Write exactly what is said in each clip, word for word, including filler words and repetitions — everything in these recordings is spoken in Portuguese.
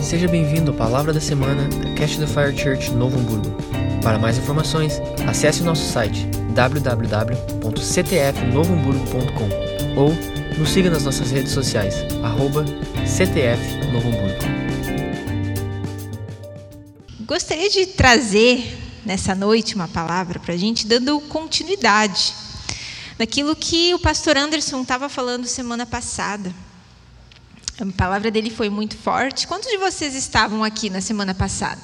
Seja bem-vindo à Palavra da Semana da Cash the Fire Church Novo Hamburgo. Para mais informações, acesse o nosso site w w w ponto c t f novo hamburgo ponto com ou nos siga nas nossas redes sociais, arroba C T F Novo Hamburgo. Gostaria de trazer nessa noite uma palavra para a gente, dando continuidade naquilo que o pastor Anderson estava falando semana passada. A palavra dele foi muito forte. Quantos de vocês estavam aqui na semana passada?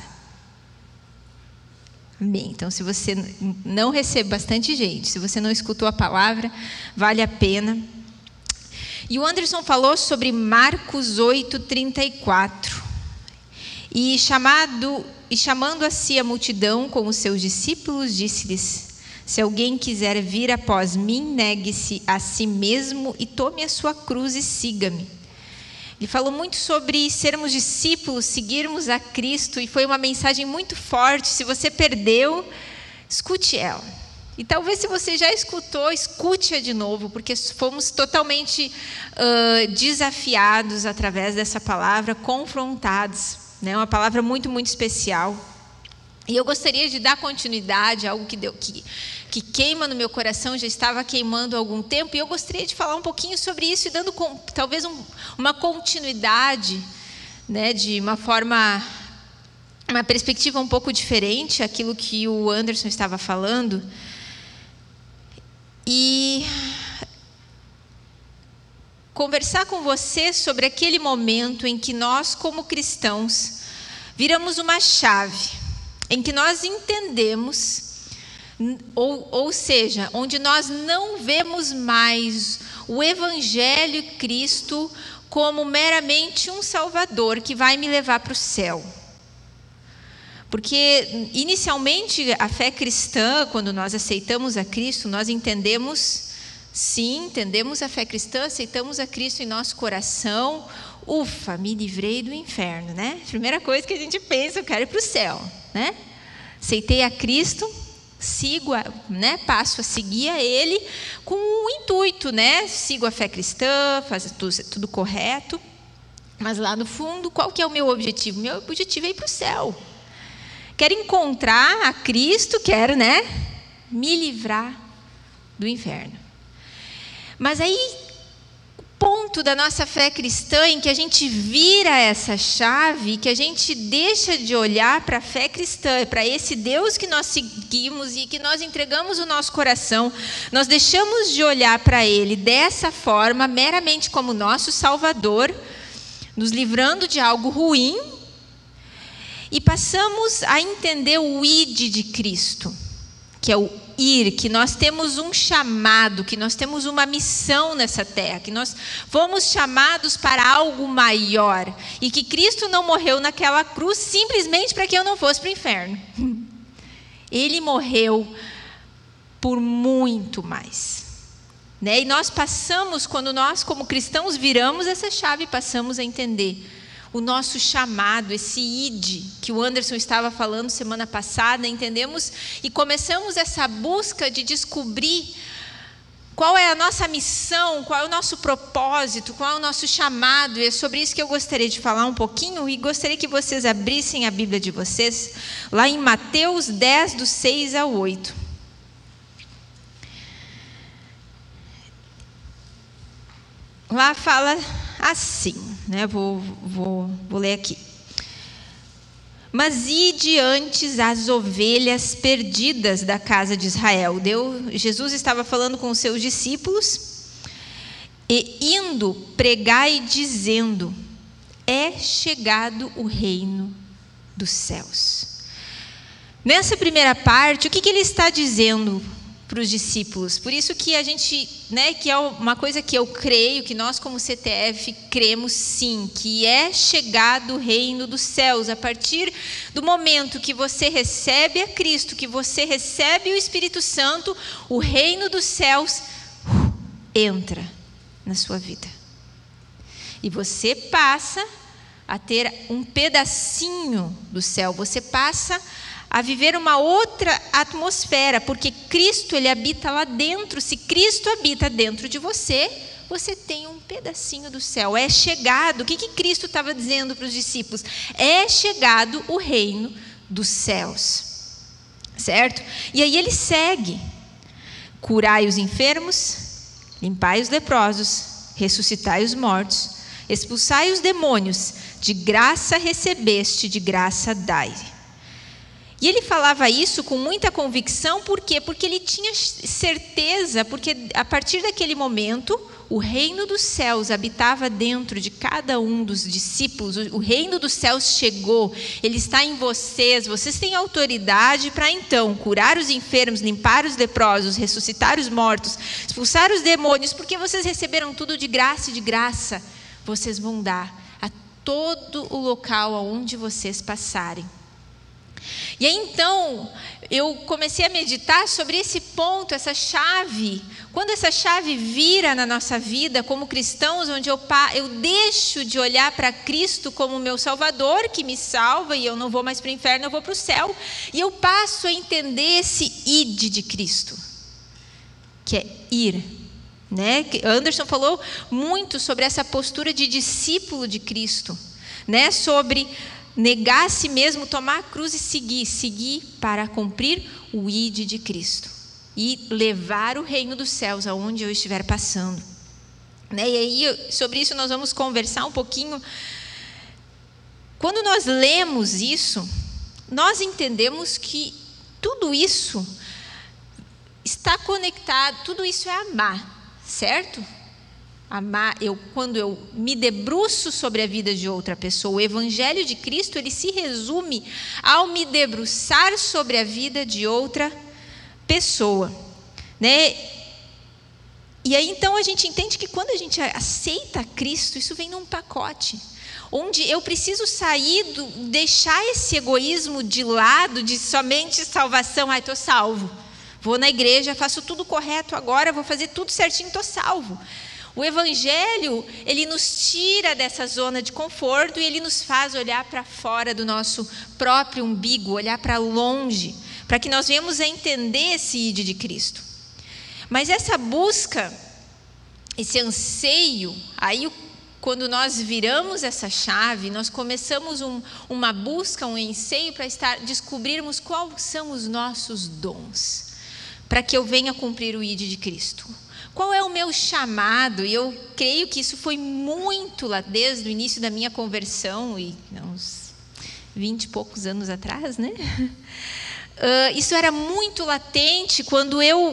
Amém. Então, se você não recebe bastante gente, se você não escutou a palavra, vale a pena. E o Anderson falou sobre Marcos oito, trinta e quatro. E, chamado, e chamando a si a multidão com os seus discípulos, disse-lhes: se alguém quiser vir após mim, negue-se a si mesmo e tome a sua cruz e siga-me. Ele falou muito sobre sermos discípulos, seguirmos a Cristo, e foi uma mensagem muito forte. Se você perdeu, escute ela. E talvez se você já escutou, escute-a de novo, porque fomos totalmente uh, desafiados através dessa palavra, confrontados. Né? Uma palavra muito, muito especial. E eu gostaria de dar continuidade a algo que, deu, que, que queima no meu coração, já estava queimando há algum tempo, e eu gostaria de falar um pouquinho sobre isso, e dando com, talvez um, uma continuidade, né, de uma forma, uma perspectiva um pouco diferente, aquilo que o Anderson estava falando. E conversar com você sobre aquele momento em que nós, como cristãos, viramos uma chave, em que nós entendemos, ou, ou seja, onde nós não vemos mais o Evangelho e Cristo como meramente um Salvador que vai me levar para o céu. Porque, inicialmente, a fé cristã, quando nós aceitamos a Cristo, nós entendemos, sim, entendemos a fé cristã, aceitamos a Cristo em nosso coração. Ufa, me livrei do inferno, né? Primeira coisa que a gente pensa, eu quero ir para o céu, né? Aceitei a Cristo, sigo, a, né? Passo a seguir a Ele com o intuito, né? Sigo a fé cristã, faço tudo, tudo correto, mas lá no fundo, qual que é o meu objetivo? Meu objetivo é ir para o céu. Quero encontrar a Cristo, quero, né? Me livrar do inferno. Mas aí, ponto da nossa fé cristã em que a gente vira essa chave, que a gente deixa de olhar para a fé cristã, para esse Deus que nós seguimos e que nós entregamos o nosso coração, nós deixamos de olhar para Ele dessa forma, meramente como nosso Salvador, nos livrando de algo ruim, e passamos a entender o id de Cristo, que é o ir, que nós temos um chamado, que nós temos uma missão nessa terra, que nós fomos chamados para algo maior, e que Cristo não morreu naquela cruz simplesmente para que eu não fosse para o inferno. Ele morreu por muito mais. Né? E nós passamos, quando nós como cristãos viramos essa chave, passamos a entender o nosso chamado, esse id que o Anderson estava falando semana passada, entendemos e começamos essa busca de descobrir qual é a nossa missão, qual é o nosso propósito, qual é o nosso chamado. E é sobre isso que eu gostaria de falar um pouquinho, e gostaria que vocês abrissem a Bíblia de vocês, lá em Mateus dez, do seis ao oito. Lá fala assim, né? Vou, vou, vou ler aqui. Mas ide antes as ovelhas perdidas da casa de Israel. Deus, Jesus estava falando com os seus discípulos, e indo pregai dizendo: é chegado o reino dos céus. Nessa primeira parte, o que, que ele está dizendo para os discípulos? Por isso que a gente, né, que é uma coisa que eu creio, que nós como C T F cremos sim, que é chegado o reino dos céus. A partir do momento que você recebe a Cristo, que você recebe o Espírito Santo, o reino dos céus uh, entra na sua vida. E você passa a ter um pedacinho do céu, você passa a viver uma outra atmosfera, porque Cristo, ele habita lá dentro. Se Cristo habita dentro de você, você tem um pedacinho do céu. É chegado. O que, que Cristo estava dizendo para os discípulos? É chegado o reino dos céus. Certo? E aí ele segue. Curai os enfermos, limpai os leprosos, ressuscitai os mortos, expulsai os demônios, de graça recebeste, de graça dai. E ele falava isso com muita convicção, por quê? Porque ele tinha certeza, porque a partir daquele momento, o reino dos céus habitava dentro de cada um dos discípulos, o reino dos céus chegou, ele está em vocês, vocês têm autoridade para então curar os enfermos, limpar os leprosos, ressuscitar os mortos, expulsar os demônios, porque vocês receberam tudo de graça e de graça, vocês vão dar a todo o local aonde vocês passarem. E aí então, eu comecei a meditar sobre esse ponto, essa chave. Quando essa chave vira na nossa vida como cristãos, onde eu, eu deixo de olhar para Cristo como meu Salvador, que me salva e eu não vou mais para o inferno, eu vou para o céu. E eu passo a entender esse ide de Cristo, que é ir. Né? Anderson falou muito sobre essa postura de discípulo de Cristo, né? Sobre negar a si mesmo, tomar a cruz e seguir, seguir para cumprir o ide de Cristo e levar o reino dos céus aonde eu estiver passando. Né? E aí, sobre isso nós vamos conversar um pouquinho. Quando nós lemos isso, nós entendemos que tudo isso está conectado, tudo isso é amar, certo? Amar, eu, quando eu me debruço sobre a vida de outra pessoa, o Evangelho de Cristo, ele se resume ao me debruçar sobre a vida de outra pessoa, né? E aí então a gente entende que quando a gente aceita Cristo, isso vem num pacote, onde eu preciso sair, do, deixar esse egoísmo de lado, de somente salvação, ai, estou salvo, vou na igreja, faço tudo correto agora, vou fazer tudo certinho, estou salvo. O Evangelho, ele nos tira dessa zona de conforto e ele nos faz olhar para fora do nosso próprio umbigo, olhar para longe, para que nós venhamos a entender esse ide de Cristo. Mas essa busca, esse anseio, aí quando nós viramos essa chave, nós começamos um, uma busca, um anseio para estar, descobrirmos quais são os nossos dons, para que eu venha cumprir o ide de Cristo. Qual é o meu chamado? E eu creio que isso foi muito lá desde o início da minha conversão, e uns vinte e poucos anos atrás, né? Uh, isso era muito latente quando eu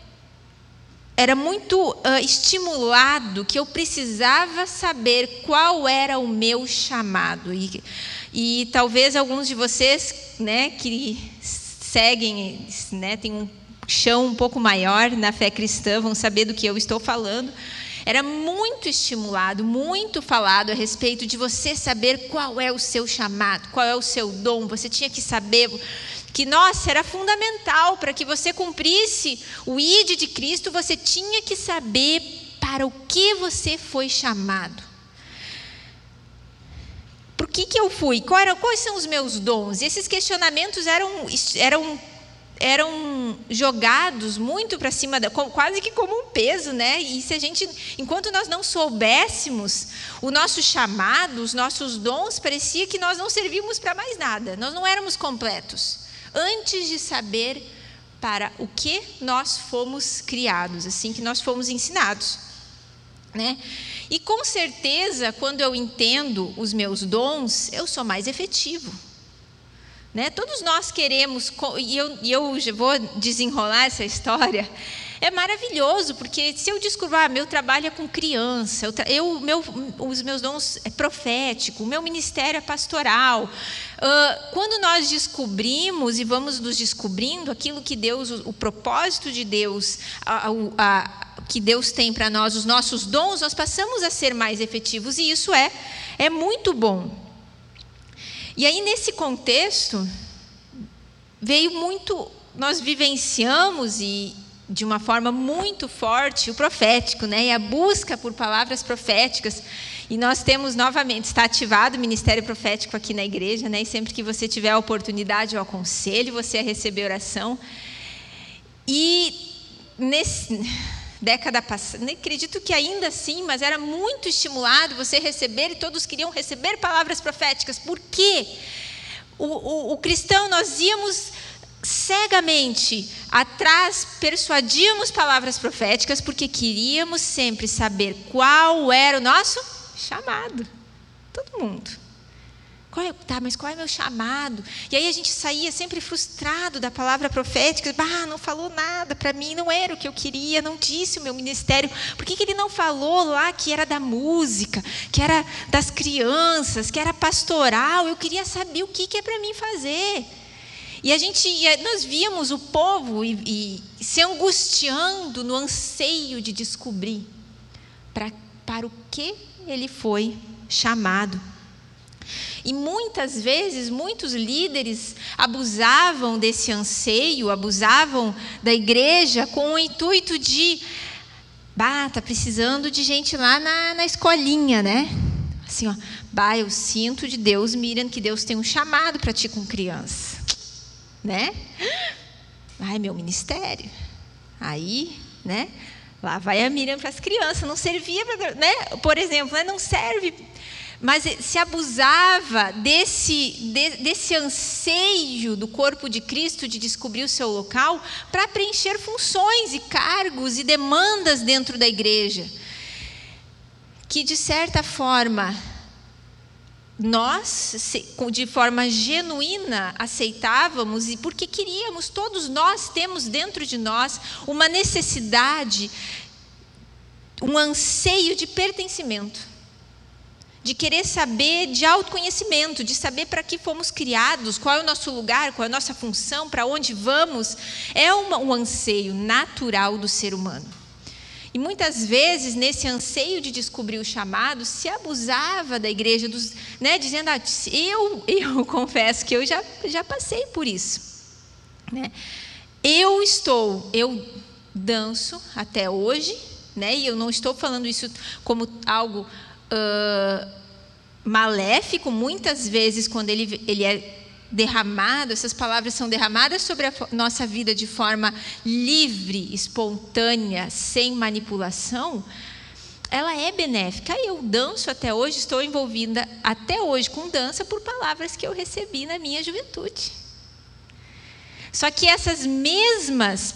era muito uh, estimulado que eu precisava saber qual era o meu chamado. E, e talvez alguns de vocês, né, que seguem, né, tem um chão um pouco maior na fé cristã, vão saber do que eu estou falando. Era muito estimulado, muito falado a respeito de você saber qual é o seu chamado, qual é o seu dom. Você tinha que saber que, nossa, era fundamental para que você cumprisse o ide de Cristo, você tinha que saber para o que você foi chamado. Por que que eu fui? Qual era, quais são os meus dons? E esses questionamentos eram... eram eram jogados muito para cima, da, quase que como um peso, né? E se a gente, enquanto nós não soubéssemos o nosso chamado, os nossos dons, parecia que nós não servíamos para mais nada, nós não éramos completos, antes de saber para o que nós fomos criados, assim que nós fomos ensinados, né? E com certeza, quando eu entendo os meus dons, eu sou mais efetivo. Né? Todos nós queremos, e eu, e eu vou desenrolar essa história, é maravilhoso, porque se eu descobrir, ah, meu trabalho é com criança, eu, eu, meu, os meus dons é profético, o meu ministério é pastoral. Uh, quando nós descobrimos e vamos nos descobrindo aquilo que Deus, o, o propósito de Deus, a, a, a, que Deus tem para nós, os nossos dons, nós passamos a ser mais efetivos, e isso é, é muito bom. E aí, nesse contexto, veio muito, nós vivenciamos e de uma forma muito forte o profético, né? E a busca por palavras proféticas. E nós temos novamente, está ativado o ministério profético aqui na igreja, né? E sempre que você tiver a oportunidade, eu aconselho você a receber oração. E nesse, década passada, acredito que ainda assim, mas era muito estimulado você receber, e todos queriam receber palavras proféticas. Por quê? O, o, o cristão, nós íamos cegamente atrás, persuadíamos palavras proféticas, porque queríamos sempre saber qual era o nosso chamado. Todo mundo. Qual é, tá, mas qual é o meu chamado? E aí a gente saía sempre frustrado da palavra profética. Ah, não falou nada para mim, não era o que eu queria, não disse o meu ministério. Por que que ele não falou lá que era da música, que era das crianças, que era pastoral? Eu queria saber o que que é para mim fazer. E a gente, nós víamos o povo e, e se angustiando no anseio de descobrir pra, para o que ele foi chamado. E muitas vezes, muitos líderes abusavam desse anseio, abusavam da igreja com o intuito de, bah, tá precisando de gente lá na, na escolinha, né? Assim, ó, bah, eu sinto de Deus, Miriam, que Deus tem um chamado para ti com criança, né? Ai, meu ministério. Aí, né? Lá vai a Miriam para as crianças, não servia para, né? Por exemplo, né? Não serve. Mas se abusava desse, de, desse anseio do corpo de Cristo de descobrir o seu local para preencher funções e cargos e demandas dentro da igreja. Que, de certa forma, nós, de forma genuína, aceitávamos, e porque queríamos, todos nós temos dentro de nós uma necessidade, um anseio de pertencimento. De querer saber, de autoconhecimento, de saber para que fomos criados, qual é o nosso lugar, qual é a nossa função, para onde vamos. É uma, um anseio natural do ser humano. E muitas vezes, nesse anseio de descobrir o chamado, se abusava da igreja, dos, né, dizendo, ah, eu, eu confesso que eu já, já passei por isso. Né? Eu estou, eu danço até hoje, né, e eu não estou falando isso como algo... Uh, maléfico. Muitas vezes, quando ele, ele é derramado, essas palavras são derramadas sobre a nossa vida de forma livre, espontânea, sem manipulação, ela é benéfica. Eu danço até hoje, estou envolvida até hoje com dança por palavras que eu recebi na minha juventude. Só que essas mesmas...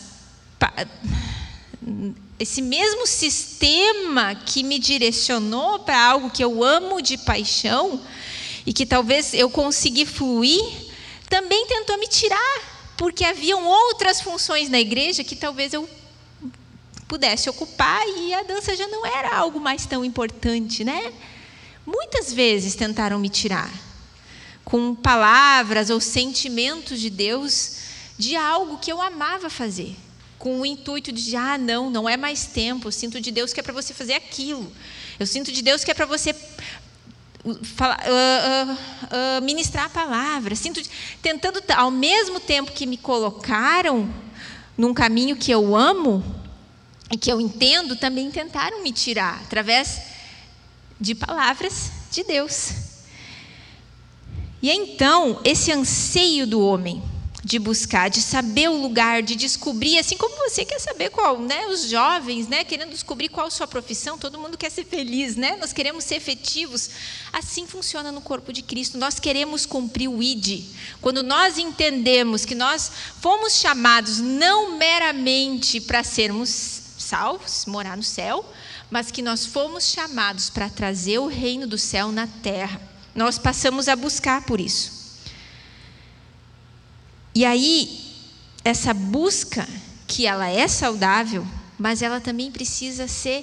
Esse mesmo sistema que me direcionou para algo que eu amo de paixão e que talvez eu consegui fluir, também tentou me tirar, porque haviam outras funções na igreja que talvez eu pudesse ocupar e a dança já não era algo mais tão importante, né? Muitas vezes tentaram me tirar, com palavras ou sentimentos de Deus, de algo que eu amava fazer. Com o intuito de, ah, não, não é mais tempo, eu sinto de Deus que é para você fazer aquilo, eu sinto de Deus que é para você falar, uh, uh, uh, ministrar a palavra, sinto de, tentando, ao mesmo tempo que me colocaram num caminho que eu amo e que eu entendo, também tentaram me tirar, através de palavras de Deus. E então, esse anseio do homem, de buscar, de saber o lugar, de descobrir, assim como você quer saber qual, né? Os jovens, né? Querendo descobrir qual a sua profissão, todo mundo quer ser feliz, né? Nós queremos ser efetivos. Assim funciona no corpo de Cristo. Nós queremos cumprir o I D. Quando nós entendemos que nós fomos chamados não meramente para sermos salvos, morar no céu, mas que nós fomos chamados para trazer o reino do céu na terra. Nós passamos a buscar por isso. E aí, essa busca, que ela é saudável, mas ela também precisa ser,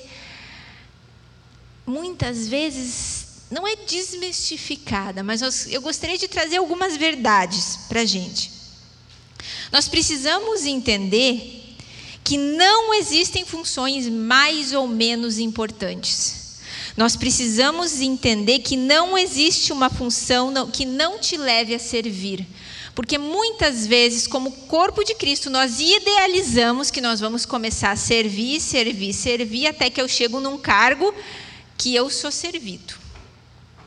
muitas vezes, não é desmistificada, mas nós, eu gostaria de trazer algumas verdades para a gente. Nós precisamos entender que não existem funções mais ou menos importantes. Nós precisamos entender que não existe uma função não, que não te leve a servir. Porque muitas vezes, como corpo de Cristo, nós idealizamos que nós vamos começar a servir, servir, servir, até que eu chego num cargo que eu sou servido.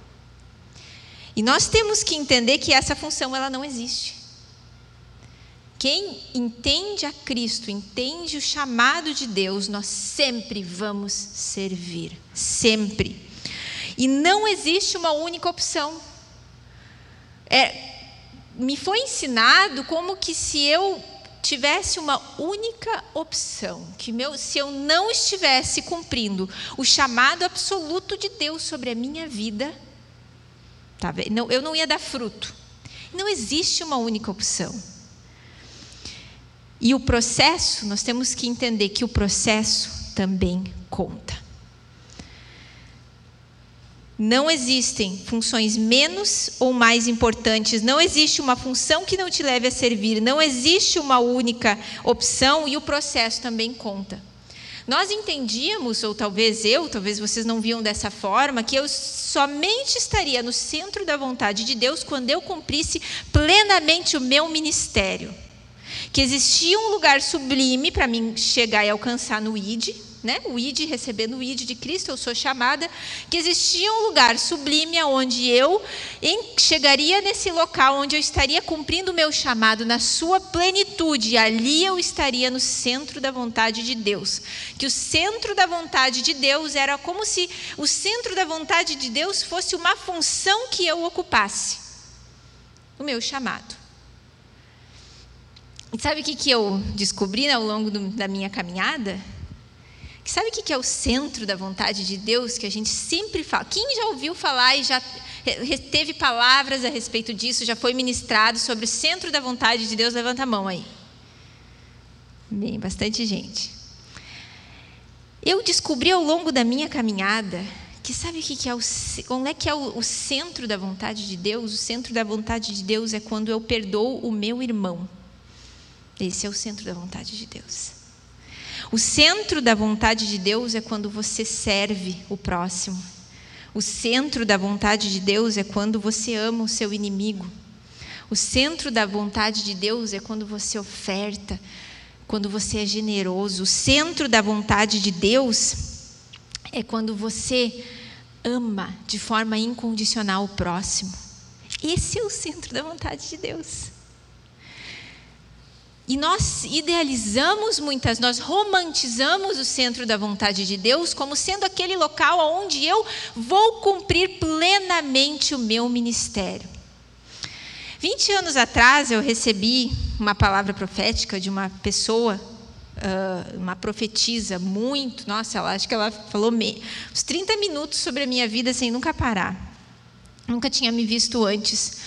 E nós temos que entender que essa função ela não existe. Quem entende a Cristo, entende o chamado de Deus, nós sempre vamos servir, sempre. E não existe uma única opção. É, me foi ensinado como que se eu tivesse uma única opção, que meu, se eu não estivesse cumprindo o chamado absoluto de Deus sobre a minha vida, tá, não, eu não ia dar fruto. Não existe uma única opção. E o processo, nós temos que entender que o processo também conta. Não existem funções menos ou mais importantes. Não existe uma função que não te leve a servir. Não existe uma única opção e o processo também conta. Nós entendíamos, ou talvez eu, talvez vocês não viam dessa forma, que eu somente estaria no centro da vontade de Deus quando eu cumprisse plenamente o meu ministério. Que existia um lugar sublime para mim chegar e alcançar no I D, né? O I D, recebendo o I D de Cristo, eu sou chamada. Que existia um lugar sublime onde eu chegaria nesse local, onde eu estaria cumprindo o meu chamado na sua plenitude. E ali eu estaria no centro da vontade de Deus. Que o centro da vontade de Deus era como se o centro da vontade de Deus fosse uma função que eu ocupasse. O meu chamado. E sabe o que, que eu descobri ao longo do, da minha caminhada? Que sabe o que, que é o centro da vontade de Deus, que a gente sempre fala? Quem já ouviu falar e já teve palavras a respeito disso, já foi ministrado sobre o centro da vontade de Deus? Levanta a mão aí. Bem, bastante gente. Eu descobri ao longo da minha caminhada que sabe o que, que é o, onde é que é o, o centro da vontade de Deus? O centro da vontade de Deus é quando eu perdoo o meu irmão. Esse é o centro da vontade de Deus. O centro da vontade de Deus é quando você serve o próximo. O centro da vontade de Deus é quando você ama o seu inimigo. O centro da vontade de Deus é quando você oferta, quando você é generoso. O centro da vontade de Deus é quando você ama de forma incondicional o próximo. Esse é o centro da vontade de Deus. E nós idealizamos muitas, nós romantizamos o centro da vontade de Deus como sendo aquele local onde eu vou cumprir plenamente o meu ministério. vinte anos atrás eu recebi uma palavra profética de uma pessoa, uma profetisa muito, nossa, ela, acho que ela falou me, uns trinta minutos sobre a minha vida sem nunca parar. Nunca tinha me visto antes.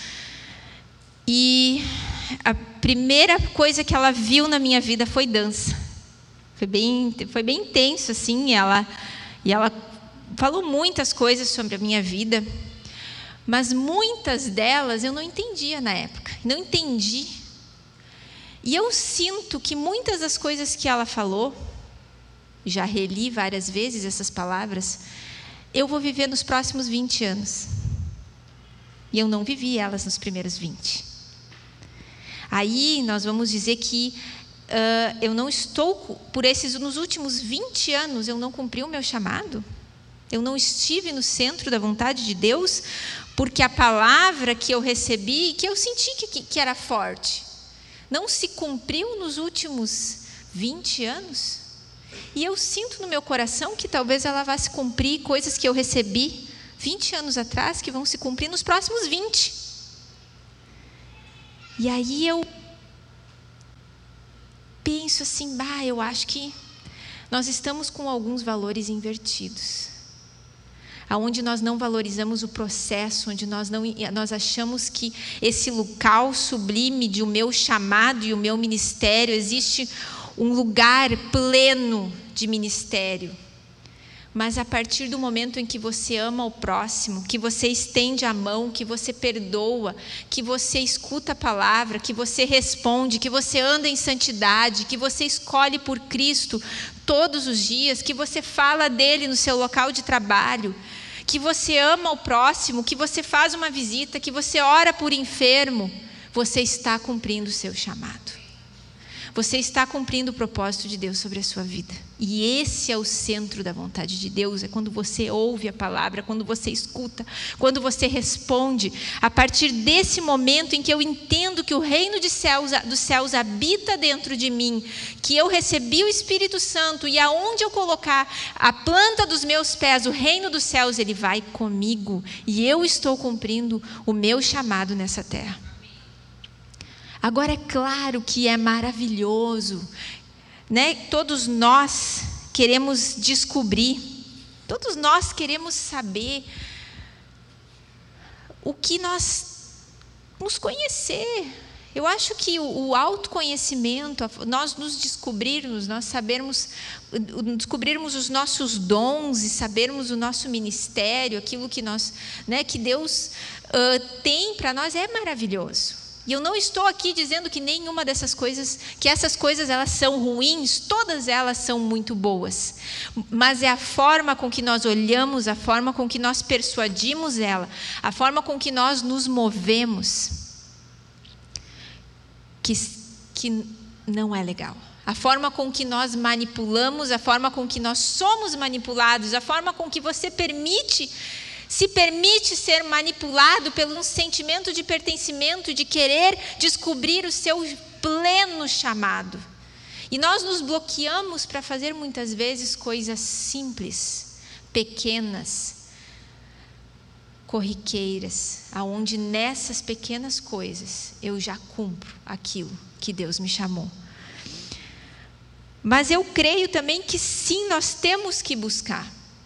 E a primeira coisa que ela viu na minha vida foi dança. Foi bem, foi bem intenso, assim. Ela, e ela falou muitas coisas sobre a minha vida, mas muitas delas eu não entendia na época. Não entendi. E eu sinto que muitas das coisas que ela falou, já reli várias vezes essas palavras, eu vou viver nos próximos vinte anos. E eu não vivi elas nos primeiros vinte. Aí nós vamos dizer que uh, eu não estou, por esses, nos últimos vinte anos, eu não cumpri o meu chamado. Eu não estive no centro da vontade de Deus, porque a palavra que eu recebi, que eu senti que, que, que era forte, não se cumpriu nos últimos vinte anos. E eu sinto no meu coração que talvez ela vá se cumprir, coisas que eu recebi vinte anos atrás, que vão se cumprir nos próximos vinte. E aí eu penso assim, bah, eu acho que nós estamos com alguns valores invertidos. Aonde nós não valorizamos o processo, onde nós, não, nós achamos que esse local sublime de o meu chamado e o meu ministério, existe um lugar pleno de ministério. Mas a partir do momento em que você ama o próximo, que você estende a mão, que você perdoa, que você escuta a palavra, que você responde, que você anda em santidade, que você escolhe por Cristo todos os dias, que você fala dele no seu local de trabalho, que você ama o próximo, que você faz uma visita, que você ora por enfermo, você está cumprindo o seu chamado. você está cumprindo o propósito de Deus sobre a sua vida. E esse é o centro da vontade de Deus, é quando você ouve a palavra, quando você escuta, quando você responde. A partir desse momento em que eu entendo que o reino de céus, dos céus habita dentro de mim, que eu recebi o Espírito Santo e aonde eu colocar a planta dos meus pés, o reino dos céus, ele vai comigo. E eu estou cumprindo o meu chamado nessa terra. Agora é claro que é maravilhoso, né? Todos nós queremos descobrir, todos nós queremos saber o que nós nos conhecer. Eu acho que o, o autoconhecimento, nós nos descobrirmos, nós sabermos, descobrirmos os nossos dons e sabermos o nosso ministério, aquilo que nós, né, que Deus uh, tem para nós é maravilhoso. E eu não estou aqui dizendo que nenhuma dessas coisas, que essas coisas elas são ruins, todas elas são muito boas. Mas é a forma com que nós olhamos, a forma com que nós persuadimos ela, a forma com que nós nos movemos, que, que não é legal. A forma com que nós manipulamos, a forma com que nós somos manipulados, a forma com que você permite... se permite ser manipulado pelo um sentimento de pertencimento, de querer descobrir o seu pleno chamado. E nós nos bloqueamos para fazer muitas vezes coisas simples, pequenas, corriqueiras, aonde nessas pequenas coisas eu já cumpro aquilo que Deus me chamou. Mas eu creio também que sim, nós temos que buscar.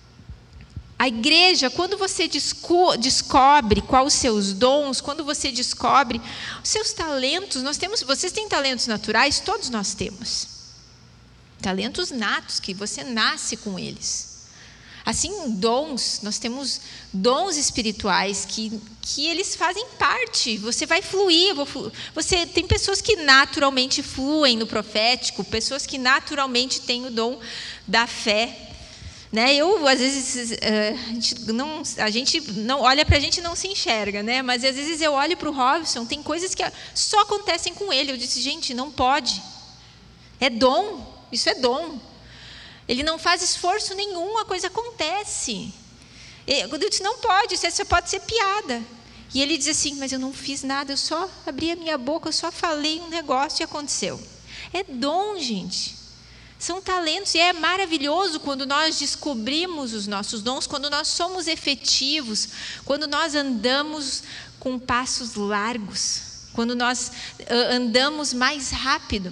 A igreja, quando você desco- descobre quais os seus dons, quando você descobre os seus talentos, nós temos, vocês têm talentos naturais? Todos nós temos. Talentos natos, que você nasce com eles. Assim, dons, nós temos dons espirituais que, que eles fazem parte, você vai fluir. Você, tem pessoas que naturalmente fluem no profético, pessoas que naturalmente têm o dom da fé. Né? Eu, às vezes, a gente não, a gente não olha para a gente e não se enxerga, né? Mas às vezes eu olho para o Robson, tem coisas que só acontecem com ele. Eu disse, gente, não pode. É dom, isso é dom. Ele não faz esforço nenhum, a coisa acontece. Eu disse, não pode, isso só pode ser piada. E ele diz assim, mas eu não fiz nada, eu só abri a minha boca, eu só falei um negócio e aconteceu. É dom, gente. São talentos, e é maravilhoso quando nós descobrimos os nossos dons, quando nós somos efetivos, quando nós andamos com passos largos, quando nós uh, andamos mais rápido.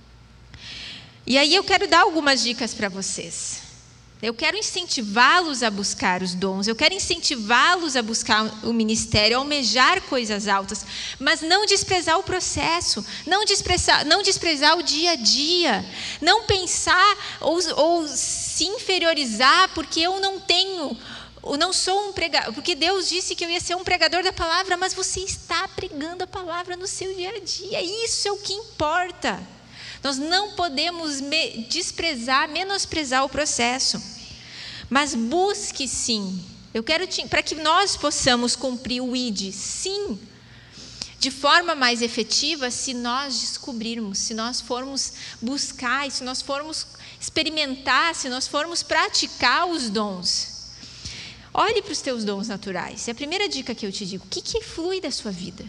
E aí eu quero dar algumas dicas para vocês. Eu quero incentivá-los a buscar os dons, eu quero incentivá-los a buscar o ministério, a almejar coisas altas, mas não desprezar o processo, não desprezar, não desprezar o dia a dia, não pensar ou, ou se inferiorizar porque eu não tenho, eu não sou um pregador, porque Deus disse que eu ia ser um pregador da palavra, mas você está pregando a palavra no seu dia a dia, isso é o que importa. Nós não podemos me desprezar, menosprezar o processo. Mas busque sim. Eu quero te, para que nós possamos cumprir o I D, sim, de forma mais efetiva, se nós descobrirmos, se nós formos buscar, se nós formos experimentar, se nós formos praticar os dons. Olhe para os teus dons naturais. É a primeira dica que eu te digo. O que, que flui da sua vida?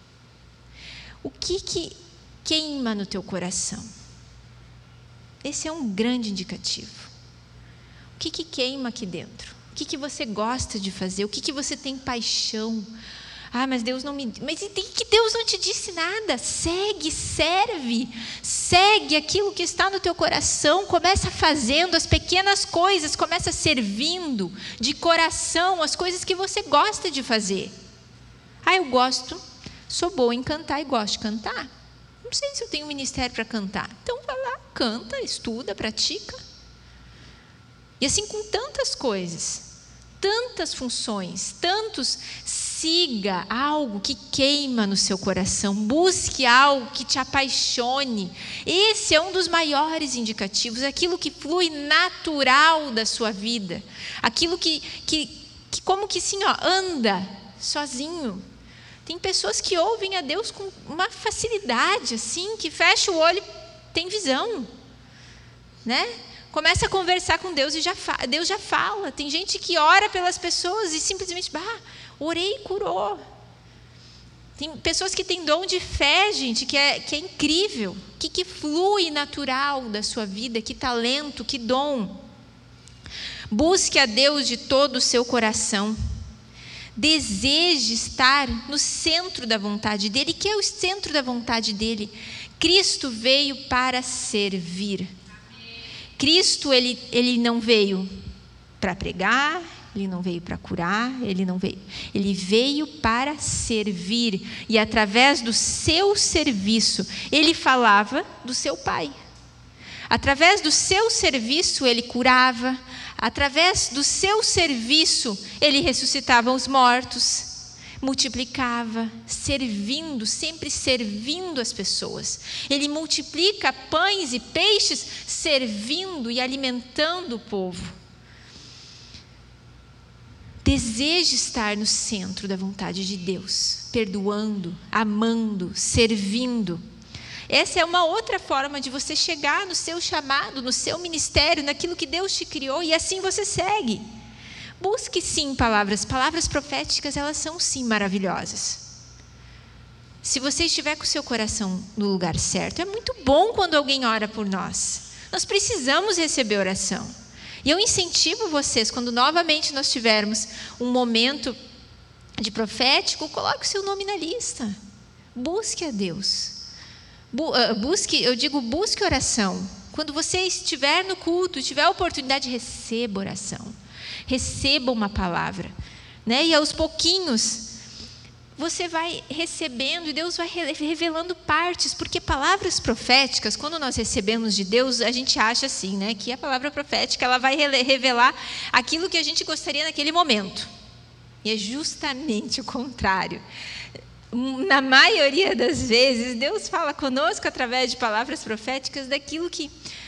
O que que queima no teu coração? Esse é um grande indicativo. O que que queima aqui dentro? O que que você gosta de fazer? O que que você tem paixão? Ah, mas Deus não me... Mas tem que Deus não te disse nada. Segue, serve. Segue aquilo que está no teu coração. Começa fazendo as pequenas coisas. Começa servindo de coração as coisas que você gosta de fazer. Ah, eu gosto, sou boa em cantar e gosto de cantar. Não sei se eu tenho um ministério para cantar. Então vai lá, canta, estuda, pratica. E assim com tantas coisas, tantas funções, tantos, siga algo que queima no seu coração, busque algo que te apaixone. Esse é um dos maiores indicativos, aquilo que flui natural da sua vida, aquilo que, que, que como que assim, ó, anda sozinho. Tem pessoas que ouvem a Deus com uma facilidade, assim, que fecha o olho, tem visão, né? Começa a conversar com Deus e já fa- Deus já fala. Tem gente que ora pelas pessoas e simplesmente, bah, orei e curou. Tem pessoas que têm dom de fé, gente, que é, que é incrível, que, que flui natural da sua vida, que talento, que dom. Busque a Deus de todo o seu coração. Deseje estar no centro da vontade dEle. Que é o centro da vontade dEle? Cristo veio para servir. Cristo, ele, ele não veio para pregar, ele não veio para curar, ele não veio. Ele veio para servir. E através do seu serviço, ele falava do seu Pai. Através do seu serviço, ele curava. Através do seu serviço, ele ressuscitava os mortos. Multiplicava, servindo, sempre servindo as pessoas. Ele multiplica pães e peixes, servindo e alimentando o povo. Deseje estar no centro da vontade de Deus, perdoando, amando, servindo. Essa é uma outra forma de você chegar no seu chamado, no seu ministério, naquilo que Deus te criou, e assim você segue. Busque sim palavras, palavras proféticas, elas são sim maravilhosas. Se você estiver com o seu coração no lugar certo, é muito bom quando alguém ora por nós. Nós precisamos receber oração. E eu incentivo vocês, quando novamente nós tivermos um momento de profético, coloque o seu nome na lista. Busque a Deus. Busque, eu digo, busque oração. Quando você estiver no culto, tiver a oportunidade, receba oração. Receba uma palavra, né? E aos pouquinhos você vai recebendo e Deus vai revelando partes, porque palavras proféticas, quando nós recebemos de Deus, a gente acha assim, né, que a palavra profética ela vai revelar aquilo que a gente gostaria naquele momento. E é justamente o contrário. Na maioria das vezes, Deus fala conosco através de palavras proféticas daquilo que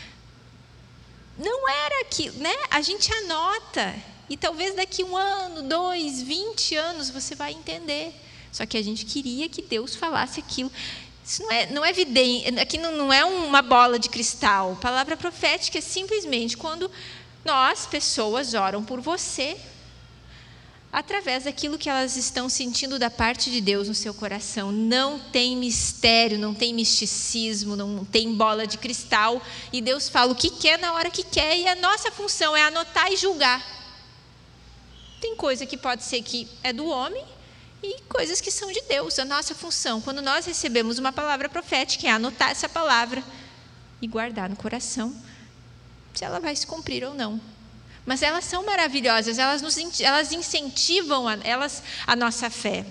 não era aquilo, né? A gente anota e talvez daqui um ano, dois, vinte anos você vai entender. Só que a gente queria que Deus falasse aquilo. Isso não é, não é evidente, aqui não, não é uma bola de cristal. Palavra profética é simplesmente quando nós, pessoas, oram por você, através daquilo que elas estão sentindo da parte de Deus no seu coração. Não tem mistério, não tem misticismo, não tem bola de cristal. E Deus fala o que quer na hora que quer. E a nossa função é anotar e julgar. Tem coisa que pode ser que é do homem e coisas que são de Deus. A nossa função, quando nós recebemos uma palavra profética, é anotar essa palavra e guardar no coração, se ela vai se cumprir ou não. Mas elas são maravilhosas, elas, nos, elas incentivam a, elas, a nossa fé.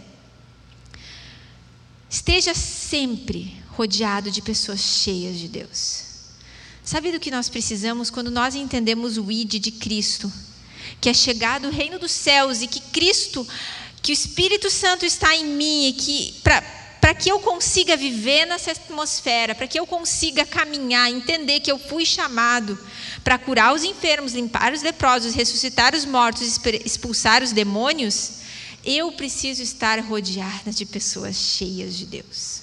Esteja sempre rodeado de pessoas cheias de Deus. Sabe do que nós precisamos quando nós entendemos o I D de Cristo? Que é chegado o reino dos céus e que Cristo, que o Espírito Santo está em mim e que para que eu consiga viver nessa atmosfera, para que eu consiga caminhar, entender que eu fui chamado para curar os enfermos, limpar os leprosos, ressuscitar os mortos, expulsar os demônios, eu preciso estar rodeada de pessoas cheias de Deus.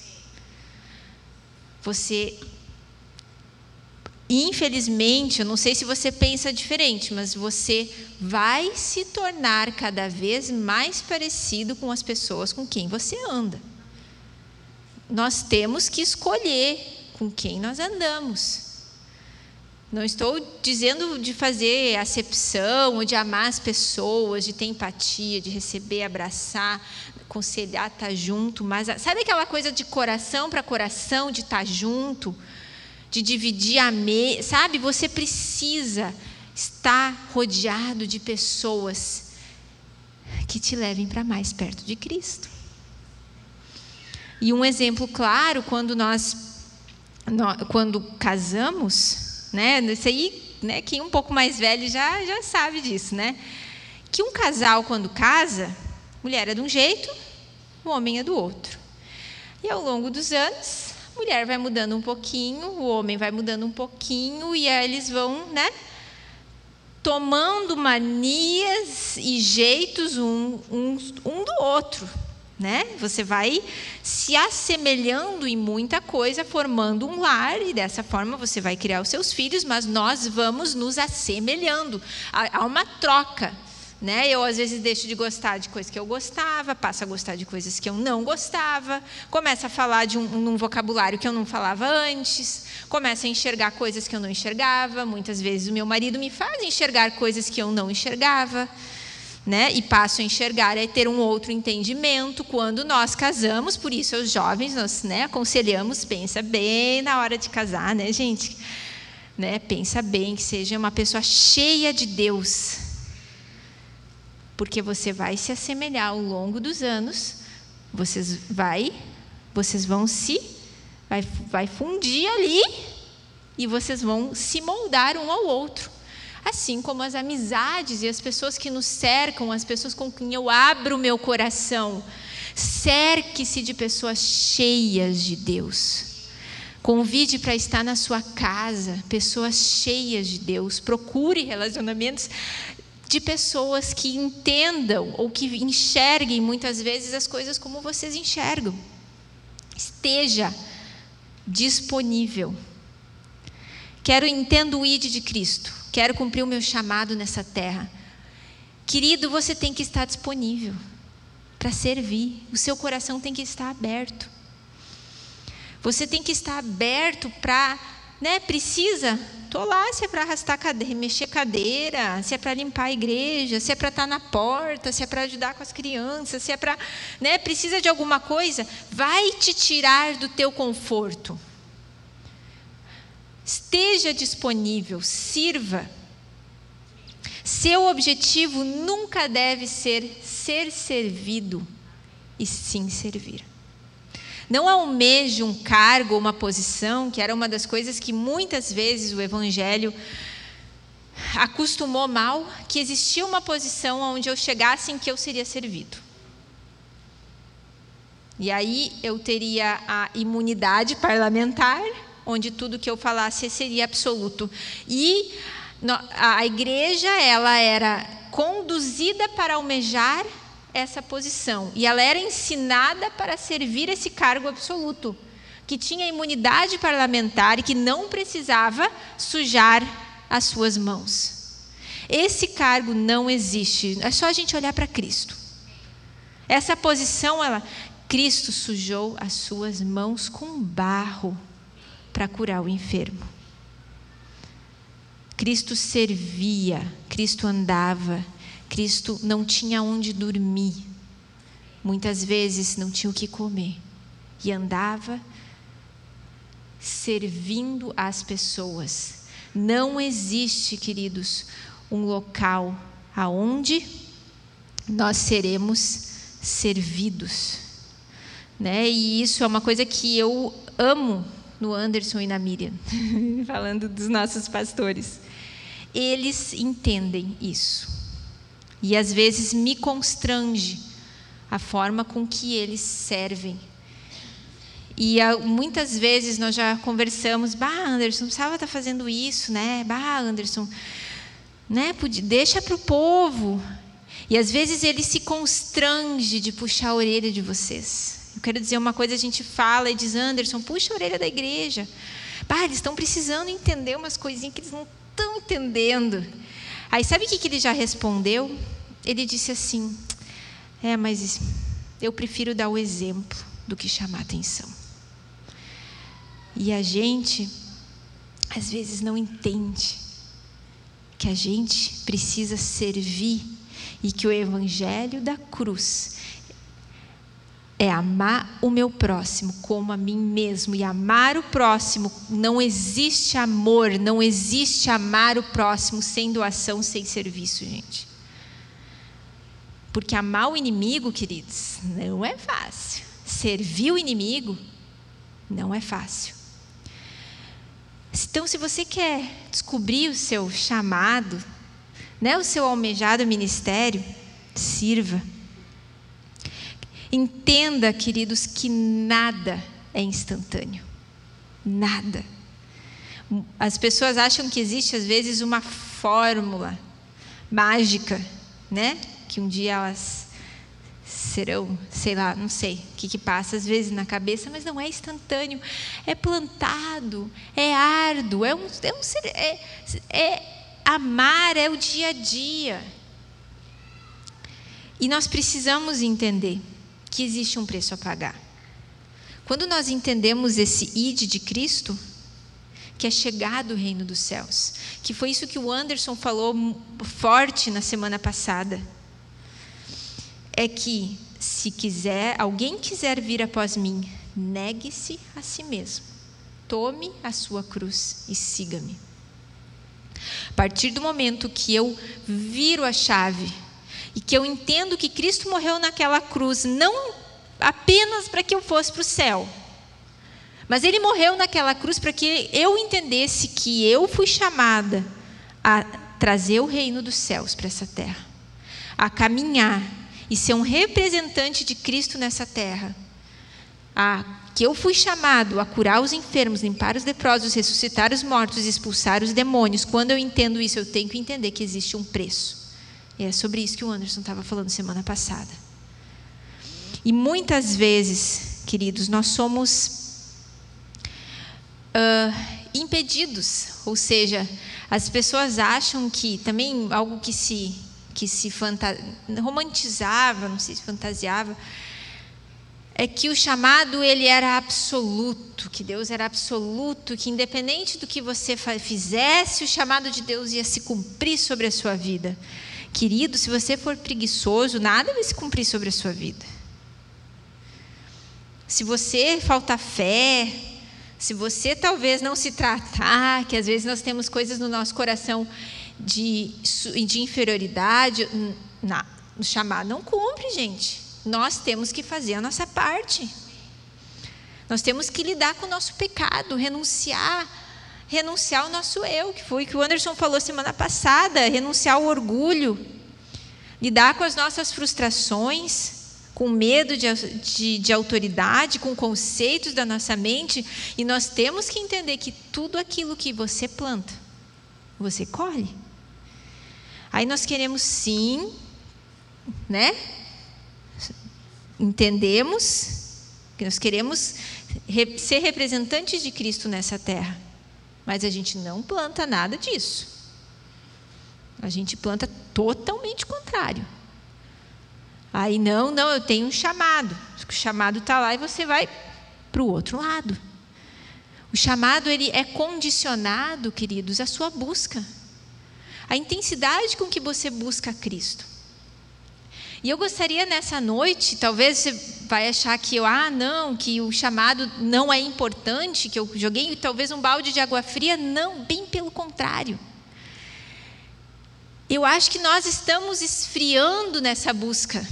Você, infelizmente, eu não sei se você pensa diferente, mas você vai se tornar cada vez mais parecido com as pessoas com quem você anda. Nós temos que escolher com quem nós andamos. Não estou dizendo de fazer acepção, ou de amar as pessoas, de ter empatia, de receber, abraçar, aconselhar, estar junto. Mas sabe aquela coisa de coração para coração, de estar junto, de dividir a mesa? Sabe, você precisa estar rodeado de pessoas que te levem para mais perto de Cristo. E um exemplo claro, quando nós, quando casamos, né, isso aí, né, quem é um pouco mais velho já, já sabe disso, né? Que um casal, quando casa, a mulher é de um jeito, o homem é do outro. E ao longo dos anos, a mulher vai mudando um pouquinho, o homem vai mudando um pouquinho, e aí eles vão, né, tomando manias e jeitos um, um, um do outro. né? Você vai se assemelhando em muita coisa, formando um lar, e dessa forma você vai criar os seus filhos, mas nós vamos nos assemelhando. Há uma troca, né? Eu às vezes deixo de gostar de coisas que eu gostava, passo a gostar de coisas que eu não gostava, começo a falar de um, um vocabulário que eu não falava antes, começo a enxergar coisas que eu não enxergava. Muitas vezes o meu marido me faz enxergar coisas que eu não enxergava, né? E passo a enxergar e ter um outro entendimento quando nós casamos. Por isso, os jovens, nós, né, aconselhamos, pensa bem na hora de casar, né, gente? Né? Pensa bem, que seja uma pessoa cheia de Deus, porque você vai se assemelhar ao longo dos anos, vocês, vai, vocês vão se, vai, vai fundir ali, e vocês vão se moldar um ao outro. Assim como as amizades e as pessoas que nos cercam, as pessoas com quem eu abro o meu coração. Cerque-se de pessoas cheias de Deus. Convide para estar na sua casa pessoas cheias de Deus. Procure relacionamentos de pessoas que entendam ou que enxerguem muitas vezes as coisas como vocês enxergam. Esteja disponível. Quero entender o I D de Cristo. Quero cumprir o meu chamado nessa terra. Querido, você tem que estar disponível para servir. O seu coração tem que estar aberto. Você tem que estar aberto para, né, precisa, estou lá, se é para arrastar cadeira, mexer cadeira, se é para limpar a igreja, se é para estar na porta, se é para ajudar com as crianças, se é para, né, precisa de alguma coisa, vai te tirar do teu conforto. Esteja disponível, sirva. Seu objetivo nunca deve ser ser servido, e sim servir. Não almeje um cargo ou uma posição, que era uma das coisas que muitas vezes o Evangelho acostumou mal, que existia uma posição onde eu chegasse em que eu seria servido. E aí eu teria a imunidade parlamentar, onde tudo que eu falasse seria absoluto. E a igreja, ela era conduzida para almejar essa posição. E ela era ensinada para servir esse cargo absoluto, que tinha imunidade parlamentar e que não precisava sujar as suas mãos. Esse cargo não existe. É só a gente olhar para Cristo. Essa posição, ela, Cristo sujou as suas mãos com barro para curar o enfermo. Cristo servia, Cristo andava, Cristo não tinha onde dormir. Muitas vezes não tinha o que comer. E andava servindo as pessoas. Não existe, queridos, um local aonde nós seremos servidos, né? E isso é uma coisa que eu amo no Anderson e na Miriam, falando dos nossos pastores. Eles entendem isso. E às vezes me constrange a forma com que eles servem. E muitas vezes nós já conversamos, bah, Anderson, não precisava estar fazendo isso, né? Bah, Anderson, né? Deixa para o povo. E às vezes ele se constrange de puxar a orelha de vocês. Eu quero dizer uma coisa, a gente fala e diz, Anderson, puxa a orelha da igreja. Bah, eles estão precisando entender umas coisinhas que eles não estão entendendo. Aí sabe o que ele já respondeu? Ele disse assim, é, mas eu prefiro dar o exemplo do que chamar a atenção. E a gente, às vezes, não entende que a gente precisa servir e que o evangelho da cruz é amar o meu próximo como a mim mesmo. E amar o próximo, não existe amor, não existe amar o próximo sem doação, sem serviço, gente. Porque amar o inimigo, queridos, não é fácil. Servir o inimigo não é fácil. Então, se você quer descobrir o seu chamado, né, o seu almejado ministério, sirva. Entenda, queridos, que nada é instantâneo. Nada. As pessoas acham que existe, às vezes, uma fórmula mágica, né? Que um dia elas serão, sei lá, não sei o que, que passa às vezes na cabeça, mas não é instantâneo, é plantado, é árduo, é um, é, um, é, é amar, é o dia a dia. E nós precisamos entender que existe um preço a pagar. Quando nós entendemos esse ide de Cristo, que é chegado o reino dos céus, que foi isso que o Anderson falou forte na semana passada, é que se quiser, alguém quiser vir após mim, negue-se a si mesmo, tome a sua cruz e siga-me. A partir do momento que eu viro a chave e que eu entendo que Cristo morreu naquela cruz, não apenas para que eu fosse para o céu, mas Ele morreu naquela cruz para que eu entendesse que eu fui chamada a trazer o reino dos céus para essa terra, a caminhar e ser um representante de Cristo nessa terra, a, que eu fui chamado a curar os enfermos, limpar os leprosos, ressuscitar os mortos, expulsar os demônios. Quando eu entendo isso, eu tenho que entender que existe um preço. E é sobre isso que o Anderson estava falando semana passada. E muitas vezes, queridos, nós somos uh, impedidos, ou seja, as pessoas acham que, também algo que se, que se fanta, romantizava, não sei se fantasiava, é que o chamado ele era absoluto, que Deus era absoluto, que independente do que você fizesse, o chamado de Deus ia se cumprir sobre a sua vida. Querido, se você for preguiçoso, nada vai se cumprir sobre a sua vida. Se você faltar fé, se você talvez não se tratar, que às vezes nós temos coisas no nosso coração de, de inferioridade, não, o chamado não cumpre, gente. Nós temos que fazer a nossa parte. Nós temos que lidar com o nosso pecado, renunciar, renunciar ao nosso eu, que foi o que o Anderson falou semana passada, renunciar ao orgulho, lidar com as nossas frustrações, com medo de, de, de autoridade, com conceitos da nossa mente, e nós temos que entender que tudo aquilo que você planta, você colhe. Aí nós queremos sim, né? Entendemos que nós queremos ser representantes de Cristo nessa terra, mas a gente não planta nada disso. A gente planta totalmente contrário. Aí não, não, eu tenho um chamado. O chamado está lá e você vai para o outro lado. O chamado ele é condicionado, queridos, à sua busca, a intensidade com que você busca Cristo. E eu gostaria nessa noite, talvez você vai achar que eu, ah, não, que o chamado não é importante, que eu joguei talvez um balde de água fria. Não, bem pelo contrário. Eu acho que nós estamos esfriando nessa busca,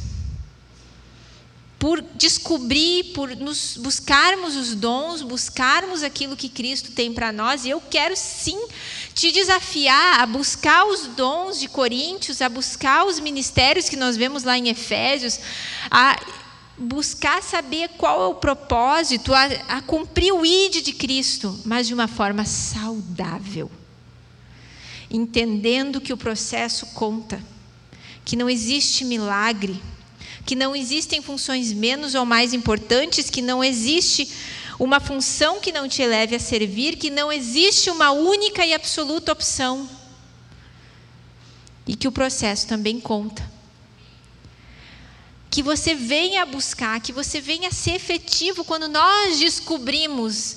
por descobrir, por nos buscarmos os dons, buscarmos aquilo que Cristo tem para nós. E eu quero sim te desafiar a buscar os dons de Coríntios, a buscar os ministérios que nós vemos lá em Efésios, a buscar saber qual é o propósito, a, a cumprir o ide de Cristo, mas de uma forma saudável, entendendo que o processo conta, que não existe milagre, que não existem funções menos ou mais importantes, que não existe uma função que não te leve a servir, que não existe uma única e absoluta opção, e que o processo também conta. Que você venha buscar, que você venha ser efetivo quando nós descobrimos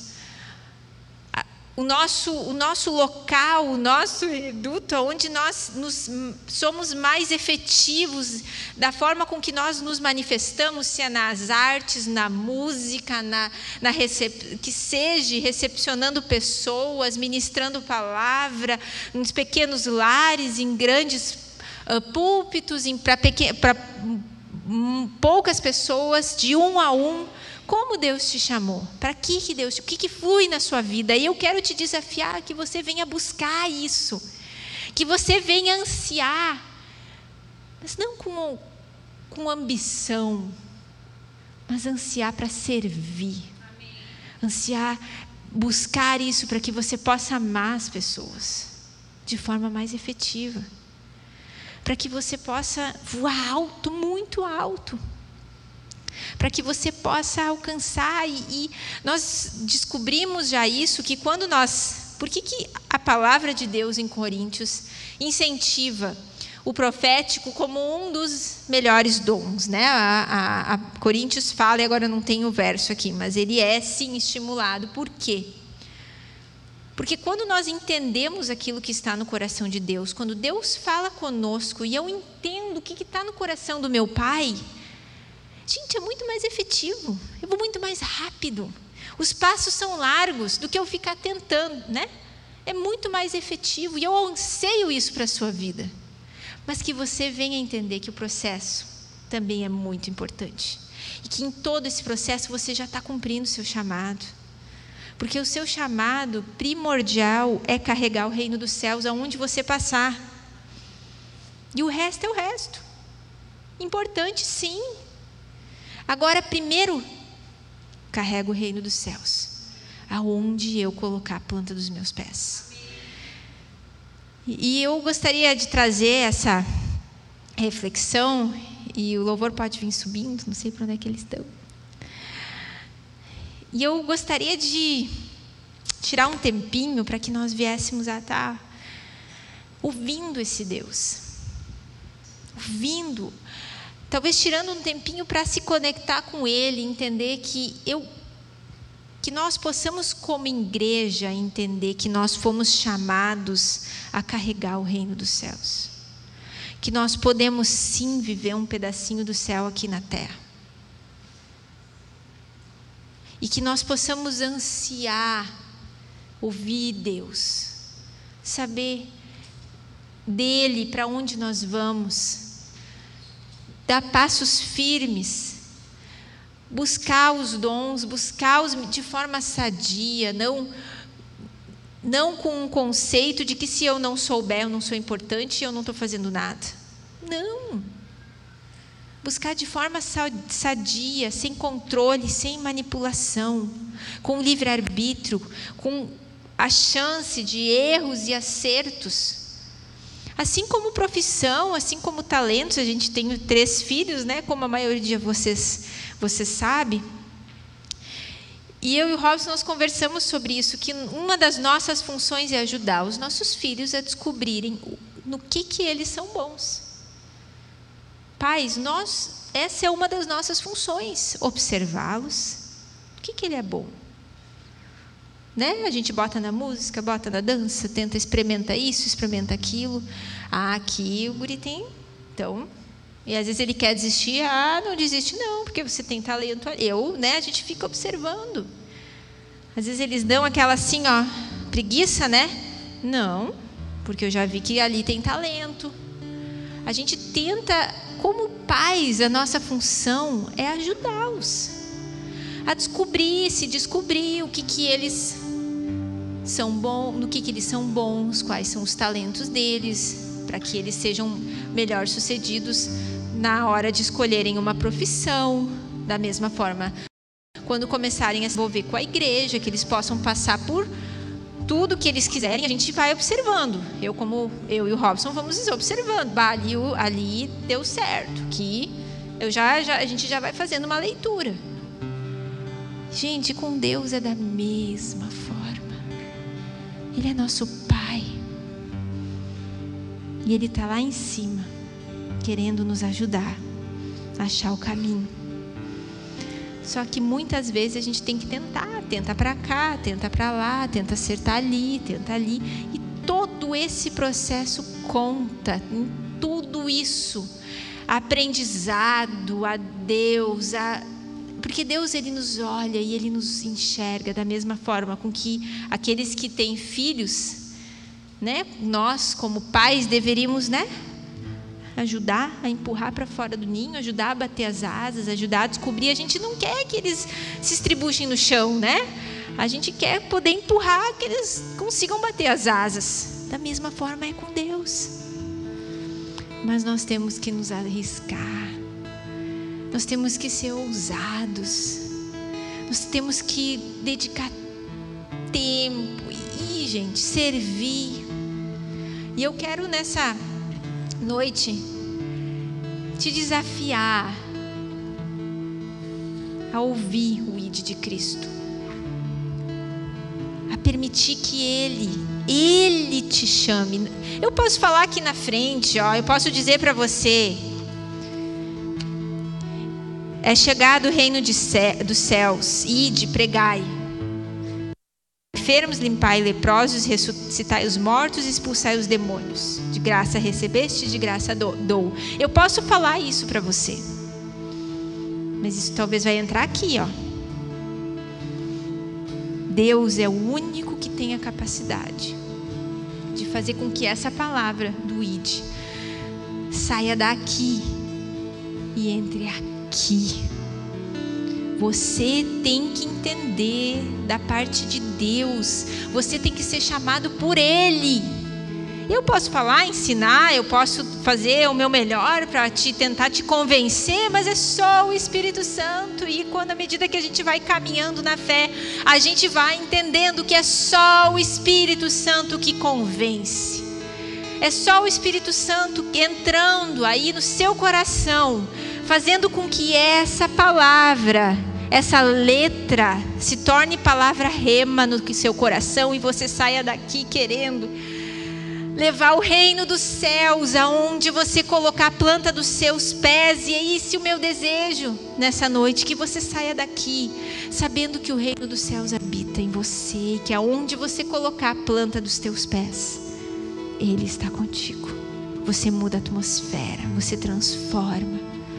o nosso, o nosso local, o nosso reduto, onde nós nos, somos mais efetivos, da forma com que nós nos manifestamos, se é nas artes, na música, na, na recep, que seja recepcionando pessoas, ministrando palavra, nos pequenos lares, em grandes uh, púlpitos, para um, poucas pessoas, de um a um. Como Deus te chamou? Para que que Deus? O que que flui na sua vida? E eu quero te desafiar que você venha buscar isso, que você venha ansiar, mas não com, com ambição, mas ansiar para servir. Amém. Ansiar, buscar isso para que você possa amar as pessoas de forma mais efetiva, para que você possa voar alto, muito alto. para que você possa alcançar. E, e nós descobrimos já isso, que quando nós... Por que, que a palavra de Deus em Coríntios incentiva o profético como um dos melhores dons, né? A, a, a Coríntios fala, e agora não tem o verso aqui, mas ele é sim estimulado. Por quê? Porque quando nós entendemos aquilo que está no coração de Deus, quando Deus fala conosco e eu entendo o que está no coração do meu Pai, gente, é muito mais efetivo, eu vou muito mais rápido. Os passos são largos do que eu ficar tentando, né? É muito mais efetivo e eu anseio isso para a sua vida. Mas que você venha entender que o processo também é muito importante. E que em todo esse processo você já está cumprindo o seu chamado. Porque o seu chamado primordial é carregar o reino dos céus aonde você passar. E o resto é o resto. Importante, sim. Agora, primeiro, carrega o reino dos céus, aonde eu colocar a planta dos meus pés. E eu gostaria de trazer essa reflexão, e o louvor pode vir subindo, não sei para onde é que eles estão. E eu gostaria de tirar um tempinho para que nós viéssemos a estar ouvindo esse Deus. Ouvindo. Talvez tirando um tempinho para se conectar com Ele, entender que eu, que nós possamos como igreja entender que nós fomos chamados a carregar o reino dos céus. Que nós podemos sim viver um pedacinho do céu aqui na terra. E que nós possamos ansiar ouvir Deus, saber dele, para onde nós vamos, dar passos firmes, buscar os dons, buscar-os de forma sadia, não, não com um conceito de que se eu não souber, eu não sou importante e eu não estou fazendo nada. Não. Buscar de forma sadia, sem controle, sem manipulação, com livre-arbítrio, com a chance de erros e acertos. Assim como profissão, assim como talentos, a gente tem três filhos, né? Como a maioria de vocês, vocês sabe. E eu e o Robson, nós conversamos sobre isso, que uma das nossas funções é ajudar os nossos filhos a descobrirem no que, que eles são bons. Pais, nós, essa é uma das nossas funções, observá-los. O que, que ele é bom? Né? A gente bota na música, bota na dança, tenta, experimenta isso, experimenta aquilo. Ah, aqui o guri tem, então... E às vezes ele quer desistir. Ah, não desiste não, porque você tem talento. Eu, né, a gente fica observando. Às vezes eles dão aquela assim, ó, preguiça, né? Não, porque eu já vi que ali tem talento. A gente tenta, como pais, a nossa função é ajudá-los a descobrir, se descobrir o que, que eles são bons, no que, que eles são bons, quais são os talentos deles, para que eles sejam melhor sucedidos na hora de escolherem uma profissão. Da mesma forma, quando começarem a se envolver com a igreja, que eles possam passar por tudo que eles quiserem, a gente vai observando. Eu, como eu e o Robson, vamos observando. Bah, ali, ali deu certo, que eu já, já, a gente já vai fazendo uma leitura. Gente, com Deus é da mesma forma. Ele é nosso Pai. E Ele está lá em cima, querendo nos ajudar a achar o caminho. Só que muitas vezes a gente tem que tentar, tenta para cá, tenta para lá, tenta acertar ali, tenta ali. E todo esse processo conta, em tudo isso. Aprendizado a Deus, a... porque Deus, Ele nos olha e Ele nos enxerga da mesma forma com que aqueles que têm filhos, né? Nós como pais deveríamos, né? Ajudar a empurrar para fora do ninho, ajudar a bater as asas, ajudar a descobrir. A gente não quer que eles se estribuchem no chão, né? A gente quer poder empurrar, que eles consigam bater as asas. Da mesma forma é com Deus. Mas nós temos que nos arriscar. Nós temos que ser ousados. Nós temos que dedicar tempo e, gente, servir. E eu quero nessa noite te desafiar a ouvir o ide de Cristo, a permitir que Ele, Ele te chame. Eu posso falar aqui na frente, ó, eu posso dizer para você: é chegado o reino de cé- dos céus, ide, pregai. Enfermos, limpai leprosos, ressuscitai os mortos, expulsai os demônios. De graça recebeste, de graça dou. Eu posso falar isso para você, mas isso talvez vai entrar aqui, ó. Deus é o único que tem a capacidade de fazer com que essa palavra do ide saia daqui e entre aqui. Você tem que entender da parte de Deus. Você tem que ser chamado por Ele. Eu posso falar, ensinar, eu posso fazer o meu melhor para te tentar te convencer, mas é só o Espírito Santo. E quando, à medida que a gente vai caminhando na fé, a gente vai entendendo que é só o Espírito Santo que convence. É só o Espírito Santo entrando aí no seu coração, fazendo com que essa palavra, essa letra se torne palavra rema no seu coração e você saia daqui querendo levar o reino dos céus aonde você colocar a planta dos seus pés. E é esse o meu desejo nessa noite, que você saia daqui sabendo que o reino dos céus habita em você, que aonde você colocar a planta dos teus pés, Ele está contigo. Você muda a atmosfera, você transforma.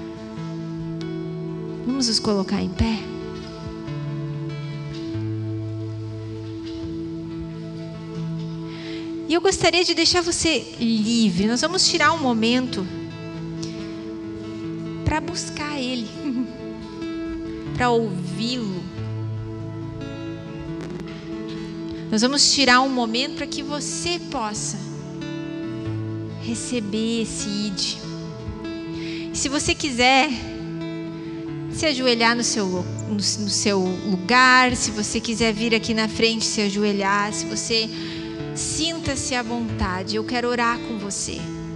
Vamos nos colocar em pé? E eu gostaria de deixar você livre. Nós vamos tirar um momento para buscar Ele, para ouvi-lo. Nós vamos tirar um momento para que você possa receber esse ide. E se você quiser se ajoelhar no seu, no, no seu lugar, se você quiser vir aqui na frente se ajoelhar, se você sinta-se à vontade, eu quero orar com você,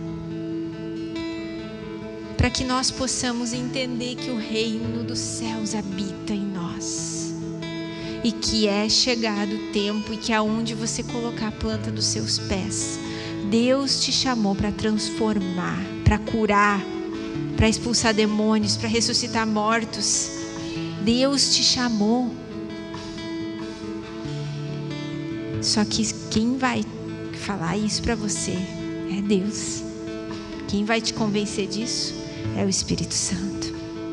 para que nós possamos entender que o reino dos céus habita em nós, e que é chegado o tempo, e que aonde você colocar a planta dos seus pés, Deus te chamou para transformar, para curar, para expulsar demônios, para ressuscitar mortos. Deus te chamou. Só que quem vai falar isso para você é Deus. Quem vai te convencer disso é o Espírito Santo.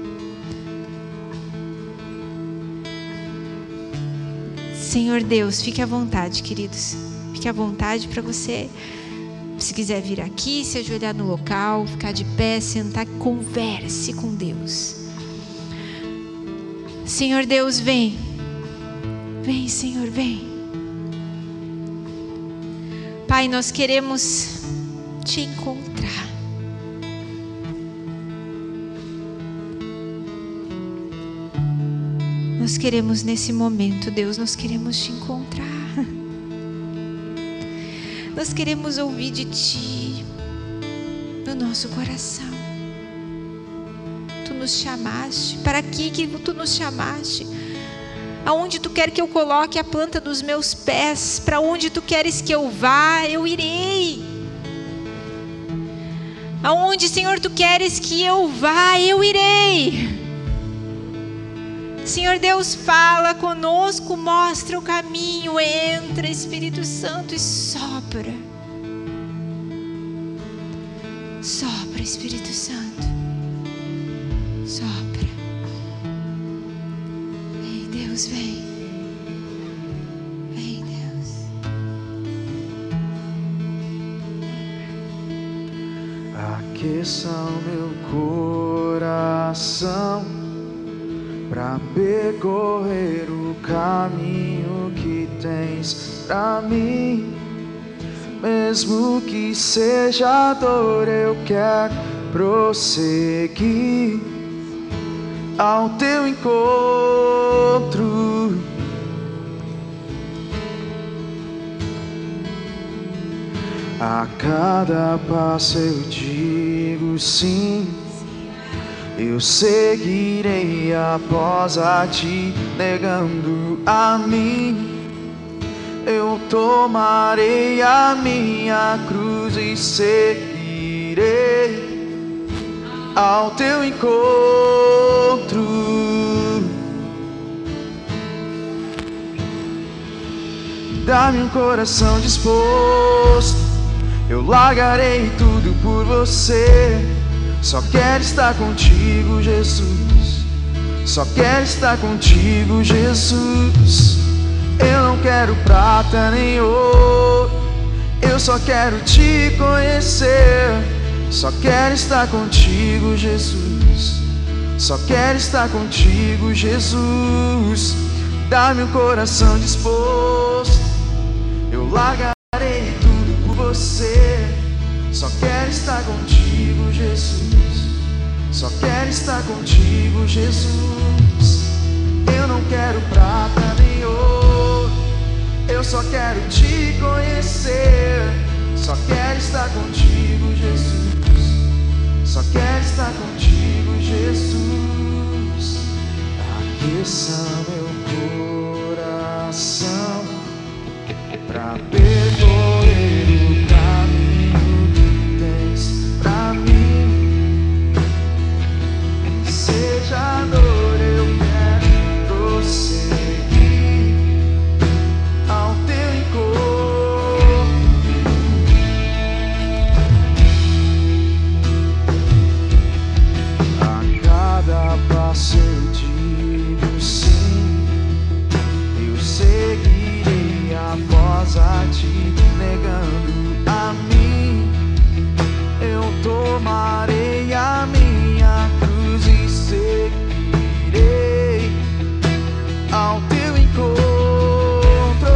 Senhor Deus, fique à vontade, queridos. Fique à vontade para você, se quiser vir aqui, se ajoelhar no local, ficar de pé, sentar, converse com Deus. Senhor Deus, vem. Vem, Senhor, vem. Pai, nós queremos te encontrar. Nós queremos nesse momento, Deus, nós queremos te encontrar. Nós queremos ouvir de Ti no nosso coração. Tu nos chamaste. Para que que Tu nos chamaste? Aonde Tu quer que eu coloque a planta dos meus pés? Para onde Tu queres que eu vá? Eu irei. Aonde, Senhor, Tu queres que eu vá? Eu irei. Senhor Deus, fala conosco, mostra o caminho, entra, Espírito Santo, e sopra. Sopra, Espírito Santo. Sopra. Vem, Deus, vem. Vem, Deus. Aqueça o meu coração pra percorrer o caminho que tens pra mim. Mesmo que seja dor, eu quero prosseguir ao teu encontro. A cada passo eu digo sim. eu seguirei após a ti, negando a mim. Eu tomarei a minha cruz e seguirei ao teu encontro. Dá-me um coração disposto, eu largarei tudo por você. Só quero estar contigo, Jesus. Só quero estar contigo, Jesus. Eu não quero prata nem ouro, eu só quero te conhecer. Só quero estar contigo, Jesus. Só quero estar contigo, Jesus. Dá-me um coração disposto, eu largarei tudo por você. Só quero estar contigo, Jesus. Só quero estar contigo, Jesus. Eu não quero prata nem ouro, eu só quero te conhecer. Só quero estar contigo, Jesus. Só quero estar contigo, Jesus. Aqueça meu coração pra percorrer o caminho que tens pra mim. Seja a dor, eu quero prosseguir ao teu encontro. A cada passo eu digo sim, eu seguirei após a ti, negando a mim. Eu tomarei a minha cruz e seguirei ao teu encontro.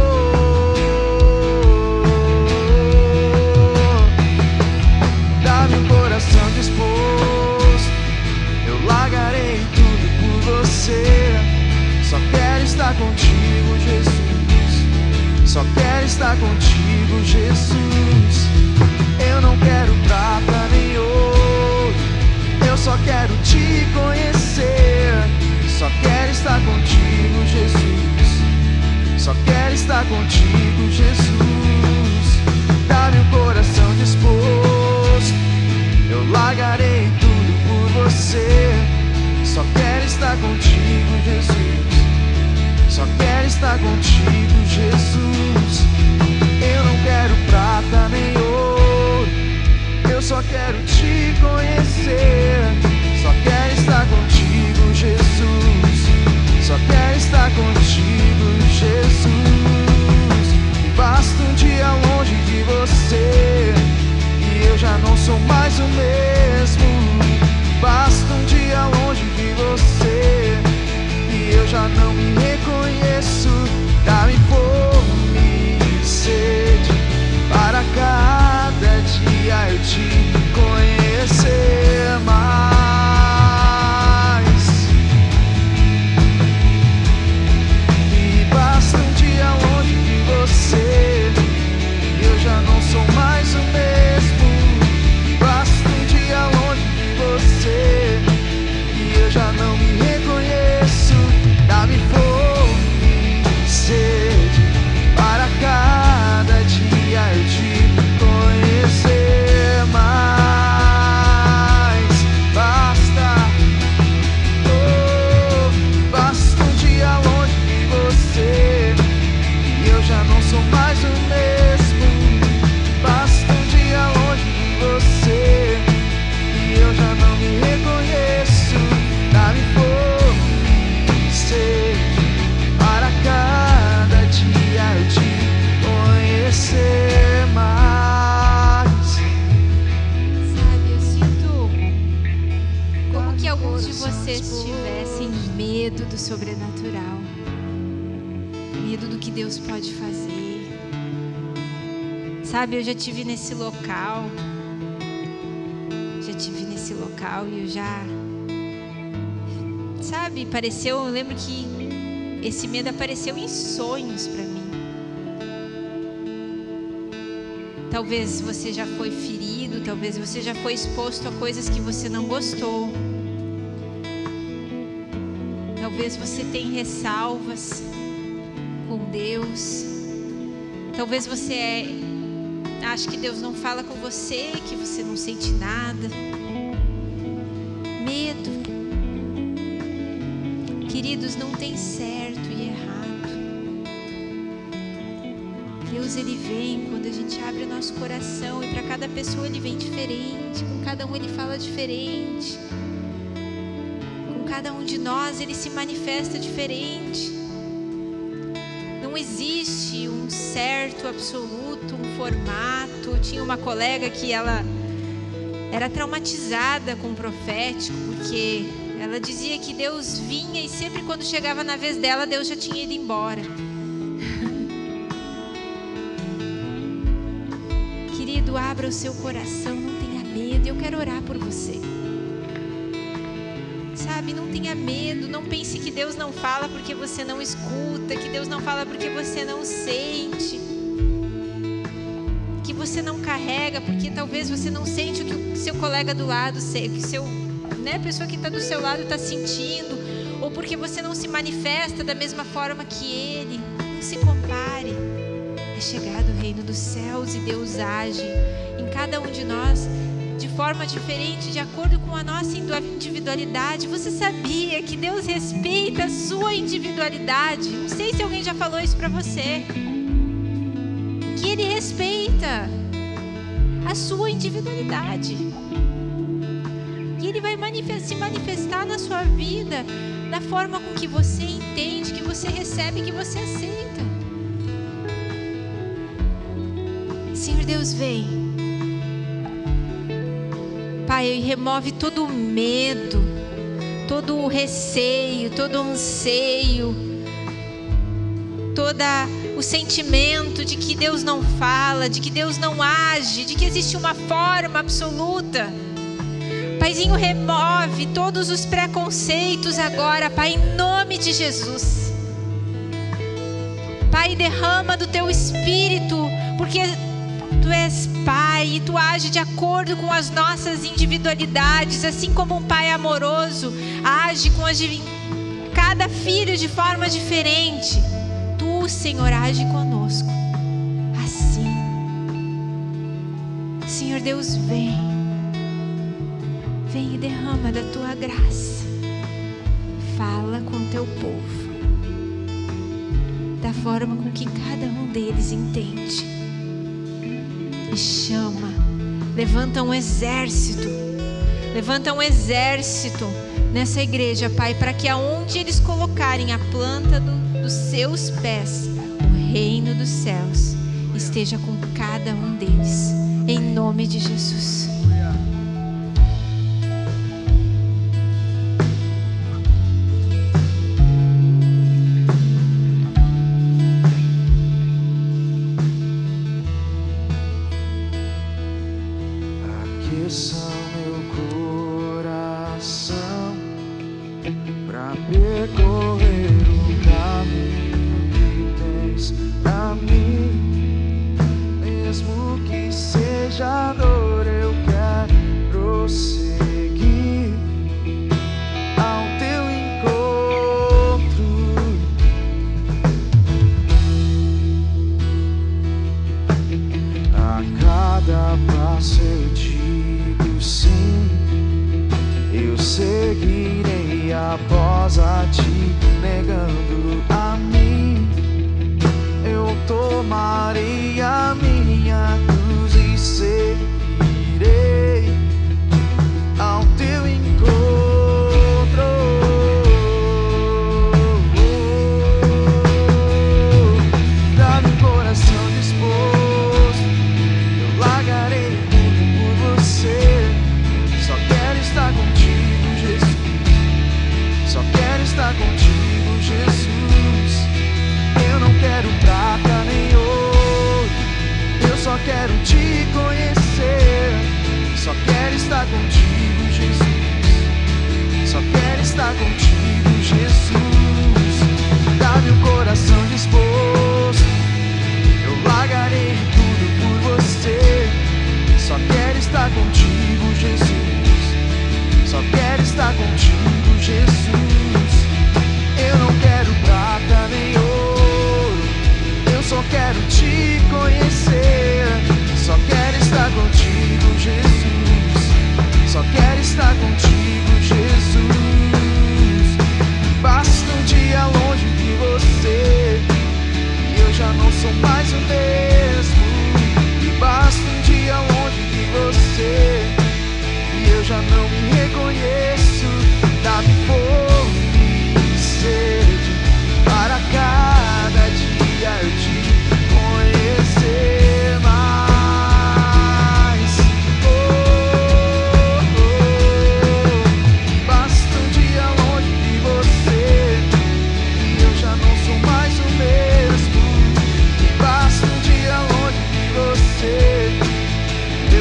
Dá-me um coração disposto, eu largarei tudo por você. Só quero estar contigo, Jesus. Só quero estar contigo, Jesus. Eu não quero prata nem ouro, eu só quero te conhecer. Só quero estar contigo, Jesus. Só quero estar contigo, Jesus. Dá-me um coração disposto, eu largarei tudo por você. Só quero estar contigo, Jesus. Só quero estar contigo, Jesus. Eu não quero prata nem ouro, eu só quero te conhecer. Só quero estar contigo, Jesus. Só quero estar contigo, Jesus. Basta um dia longe de você e eu já não sou mais o mesmo. Basta um dia longe de você e eu já não me reconheço. Dá-me fome e sede para cada dia eu te conhecer mais. E basta um dia longe de você e eu já não sou mais o mesmo. Basta um dia longe de você e eu já não me reconheço. Dá-me fome e sede para cada dia eu te conhecer mais. Basta, oh, basta um dia longe de você e eu já não sou mais o mesmo. Basta um dia longe de você e eu já não me reconheço. Dá-me fome e sede para cada dia eu te conhecer mais. Sabe, eu sinto como que alguns de vocês tivessem medo do sobrenatural, medo do que Deus pode fazer. Sabe, eu já tive nesse local, já tive nesse local e eu já, sabe, pareceu, eu lembro que esse medo apareceu em sonhos para mim. Talvez você já foi ferido, talvez você já foi exposto a coisas que você não gostou. talvez você tenha ressalvas com Deus. Talvez você é, acha que Deus não fala com você, que você não sente nada. Medo. Queridos, não tem certo e errado. Deus, Ele vem quando a gente abre o nosso coração, e para cada pessoa Ele vem diferente, com cada um Ele fala diferente, com cada um de nós Ele se manifesta diferente. Não existe um certo absoluto, um formato. Eu tinha uma colega que ela era traumatizada com o profético, porque ela dizia que Deus vinha e sempre quando chegava na vez dela, Deus já tinha ido embora. Querido, abra o seu coração, não tenha medo. Eu quero orar por você. Sabe, não tenha medo. Não pense que Deus não fala porque você não escuta, que Deus não fala porque você não sente, que você não carrega porque talvez você não sente o que o seu colega do lado sente, o que seu, né, a pessoa que está do seu lado está sentindo, ou porque você não se manifesta da mesma forma que ele. Não se compare. É chegado o reino dos céus e Deus age em cada um de nós de forma diferente, de acordo com a nossa individualidade. Você sabia que Deus respeita a sua individualidade? Não sei se alguém já falou isso para você. Que Ele respeita a sua individualidade. E Ele vai manifestar, se manifestar na sua vida da forma com que você entende, que você recebe, que você aceita. Senhor Deus, vem. Pai, remove todo o medo, todo o receio, todo o anseio, todo o sentimento de que Deus não fala, de que Deus não age, de que existe uma forma absoluta. Paizinho, remove todos os preconceitos agora, Pai, em nome de Jesus. Pai, derrama do Teu Espírito, porque Tu és Pai e Tu age de acordo com as nossas individualidades, assim como um Pai amoroso age com as de cada filho de forma diferente. Tu, Senhor, age conosco assim. Senhor Deus, vem. Vem e derrama da Tua graça. Fala com Teu povo da forma com que cada um deles entende. E chama, levanta um exército, levanta um exército nessa igreja, Pai, para que aonde eles colocarem a planta do, dos seus pés, o reino dos céus esteja com cada um deles, em nome de Jesus.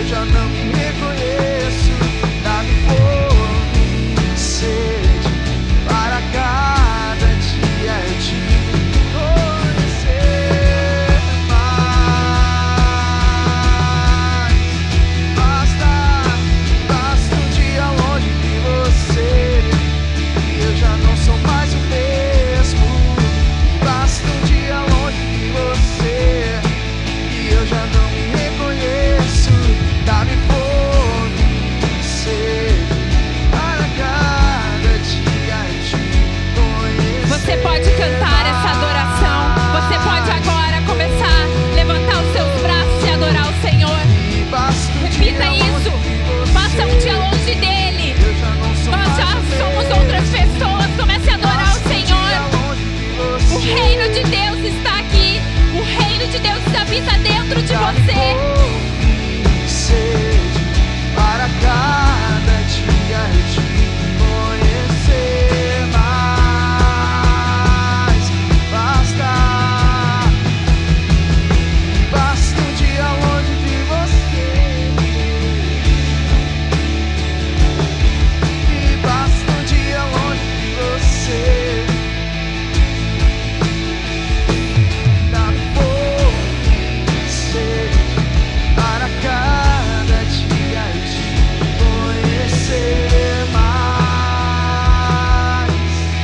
já não me reconheço. Dá-me fome e sede para cada dia eu te conhecer mais. Basta, basta um dia longe de você e eu já não sou mais o mesmo. Basta um dia longe de você e eu já não me reconheço. Dá-me fome e sede para cada dia eu te conhecer. Você pode cantar essa adoração. Você pode agora começar a levantar os seus braços e adorar o Senhor. E basta um Repita dia longe isso. de você, Passa um dia longe dele. eu já não sou Nós mais já o mesmo. somos outras pessoas. Comece a adorar o Senhor. O reino de Deus está aqui. O reino de Deus habita dentro de você. Sede para cada dia eu te conhecer mais. Basta, basta um dia longe de você. E basta um dia longe de você. Dá-me fome e sede para cada dia eu te conhecer mais.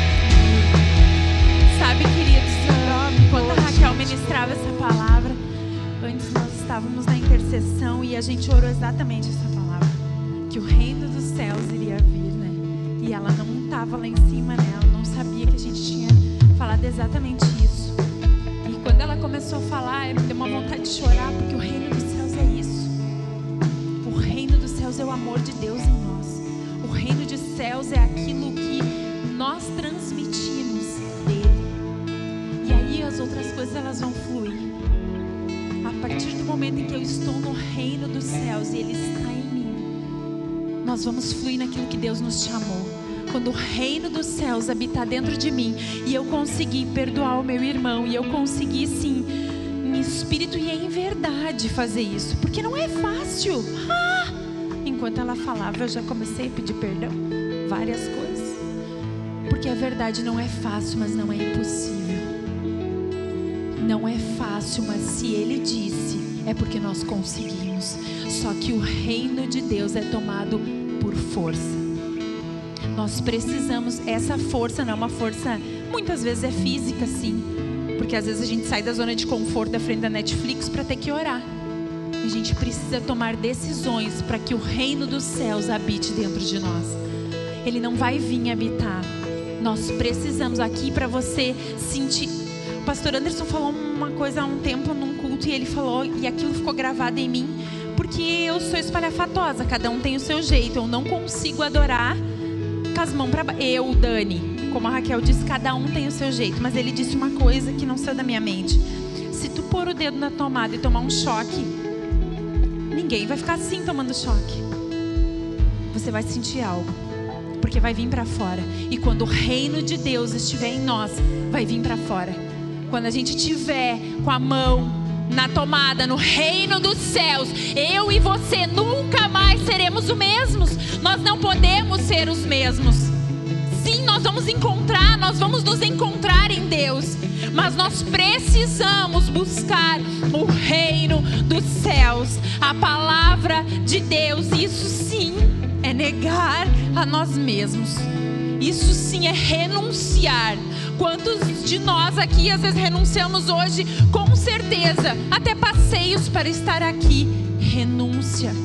Sabe, queridos, quando a Raquel ministrava essa palavra, antes nós estávamos na intercessão e a gente orou exatamente essa palavra, que o reino dos céus iria vir, né? E ela não estava lá em cima, né? Ela não sabia que a gente tinha falado exatamente isso. E quando ela começou a falar, me deu uma vontade de chorar, porque o reino dos céus é isso. O reino dos céus é o amor de Deus em nós. O reino dos céus é aquilo que nós transmitimos dele. E aí as outras coisas elas vão fluir. A partir do momento em que eu estou no reino dos céus e ele está em mim, nós vamos fluir naquilo que Deus nos chamou. Quando o reino dos céus habitar dentro de mim e eu conseguir perdoar o meu irmão, e eu conseguir sim, em espírito e em verdade fazer isso, porque não é fácil. Ah! Enquanto ela falava, eu já comecei a pedir perdão, várias coisas, porque a verdade não é fácil, mas não é impossível. Não é fácil, mas se ele disse, é porque nós conseguimos. Só que o reino de Deus é tomado por força. Nós precisamos, essa força não é uma força, muitas vezes é física, sim, porque às vezes a gente sai da zona de conforto da frente da Netflix para ter que orar. A gente precisa tomar decisões para que o reino dos céus habite dentro de nós. Ele não vai vir habitar. Nós precisamos aqui para você sentir. O pastor Anderson falou uma coisa há um tempo num culto e ele falou, e aquilo ficou gravado em mim, porque eu sou espalhafatosa, cada um tem o seu jeito. Eu não consigo adorar com as mãos para baixo. Eu, Dani, como a Raquel disse, cada um tem o seu jeito. Mas ele disse uma coisa que não saiu da minha mente: se tu pôr o dedo na tomada e tomar um choque, ninguém vai ficar assim tomando choque. Você vai sentir algo, porque vai vir para fora. E quando o reino de Deus estiver em nós, vai vir para fora. Quando a gente estiver com a mão na tomada, no reino dos céus, eu e você nunca mais seremos os mesmos. Nós não podemos ser os mesmos. Sim, nós vamos encontrar, nós vamos nos encontrar em Deus, mas nós precisamos buscar o reino dos céus, a palavra de Deus. Isso sim é negar a nós mesmos. Isso sim é renunciar. Quantos de nós aqui às vezes renunciamos hoje? Com certeza, até passeios para estar aqui. Renúncia.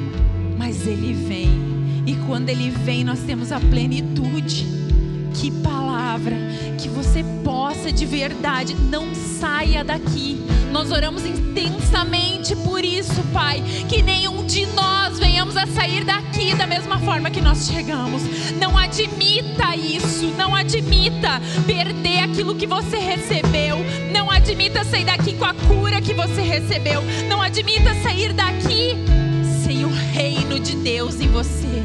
Mas Ele vem. E quando Ele vem, nós temos a plenitude. Que palavra. Que você possa de verdade, não saia daqui. Nós oramos intensamente por isso, Pai, que nenhum de nós venhamos a sair daqui da mesma forma que nós chegamos. Não admita isso, não admita perder aquilo que você recebeu. Não admita sair daqui com a cura que você recebeu. Não admita sair daqui sem o reino de Deus em você.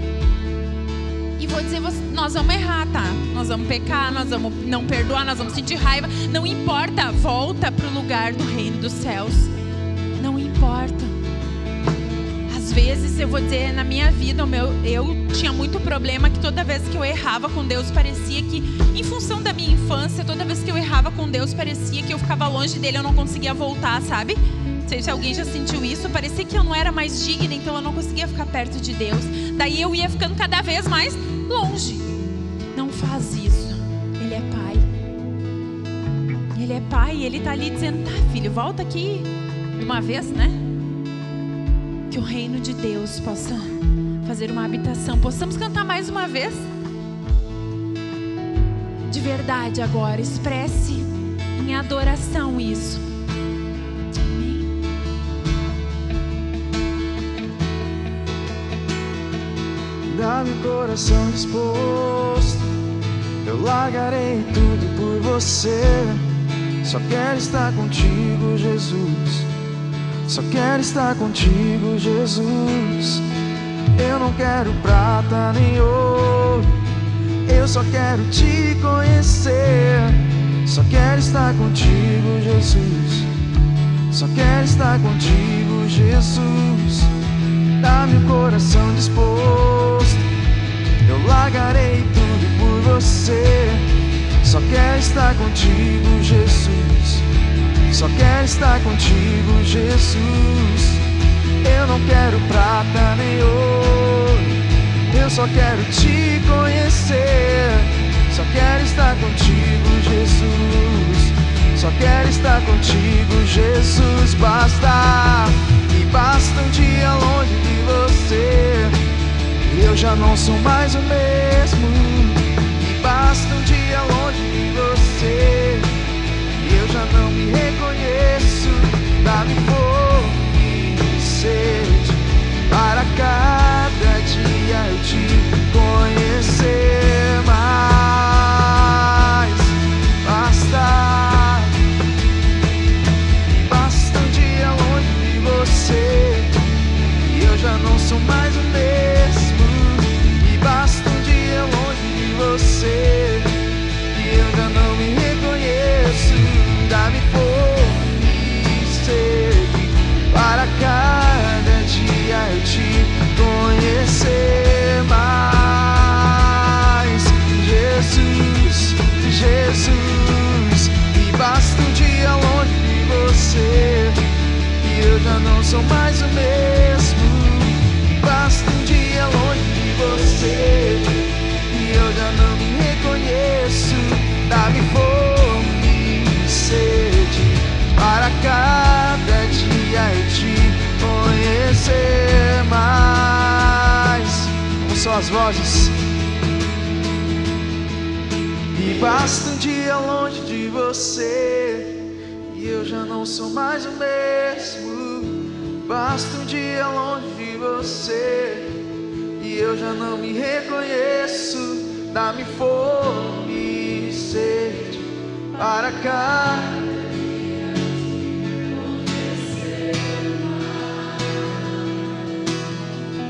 E vou dizer, nós vamos errar, tá? Nós vamos pecar, nós vamos não perdoar, nós vamos sentir raiva. Não importa, volta para o lugar do reino dos céus. Não importa. às vezes, eu vou dizer, na minha vida, o meu, eu tinha muito problema que toda vez que eu errava com Deus, parecia que, em função da minha infância, toda vez que eu errava com Deus, parecia que eu ficava longe dele, eu não conseguia voltar, sabe? Não sei se alguém já sentiu isso, parecia que eu não era mais digna, então eu não conseguia ficar perto de Deus. Daí eu ia ficando cada vez mais longe. Não faz isso. Ele é pai. Ele é pai e ele tá ali dizendo, tá, filho, volta aqui de uma vez, né? Que o reino de Deus possa fazer uma habitação. Possamos cantar mais uma vez? De verdade agora, expresse em adoração isso. Amém. Dá-me o coração disposto, eu largarei tudo por você. Só quero estar contigo, Jesus. Só quero estar contigo, Jesus. Eu não quero prata nem ouro, eu só quero te conhecer. Só quero estar contigo, Jesus. Só quero estar contigo, Jesus. Dá-me o coração disposto, eu largarei tudo por você. Só quero estar contigo, Jesus. Só quero estar contigo, Jesus. Eu não quero prata nem ouro, eu só quero te conhecer. Só quero estar contigo, Jesus. Só quero estar contigo, Jesus. Basta, e basta um dia longe de você, eu já não sou mais o mesmo. E basta um dia longe de você, eu já não me reconheço. Dá-me fome e sede para cada dia eu te conhecer mais. Basta, basta um dia longe de você, e eu já não sou mais o mesmo. E basta um dia longe de você, e eu já não me reconheço. Dá-me fome e sede para cada dia eu te conhecer mais. Jesus, Jesus. E basta um dia longe de você, e eu já não sou mais o mesmo. E basta um dia longe de você, e eu já não me reconheço. Dá-me fome e sede para cada dia eu te conhecer mais. Como são as vozes? E basta um dia longe de você, e eu já não sou mais o mesmo. Basta um dia longe de você, e eu já não me reconheço. Dá-me fome e sede para cada dia te conhecer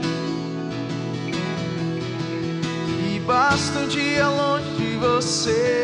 mais. E basta um dia longe de você,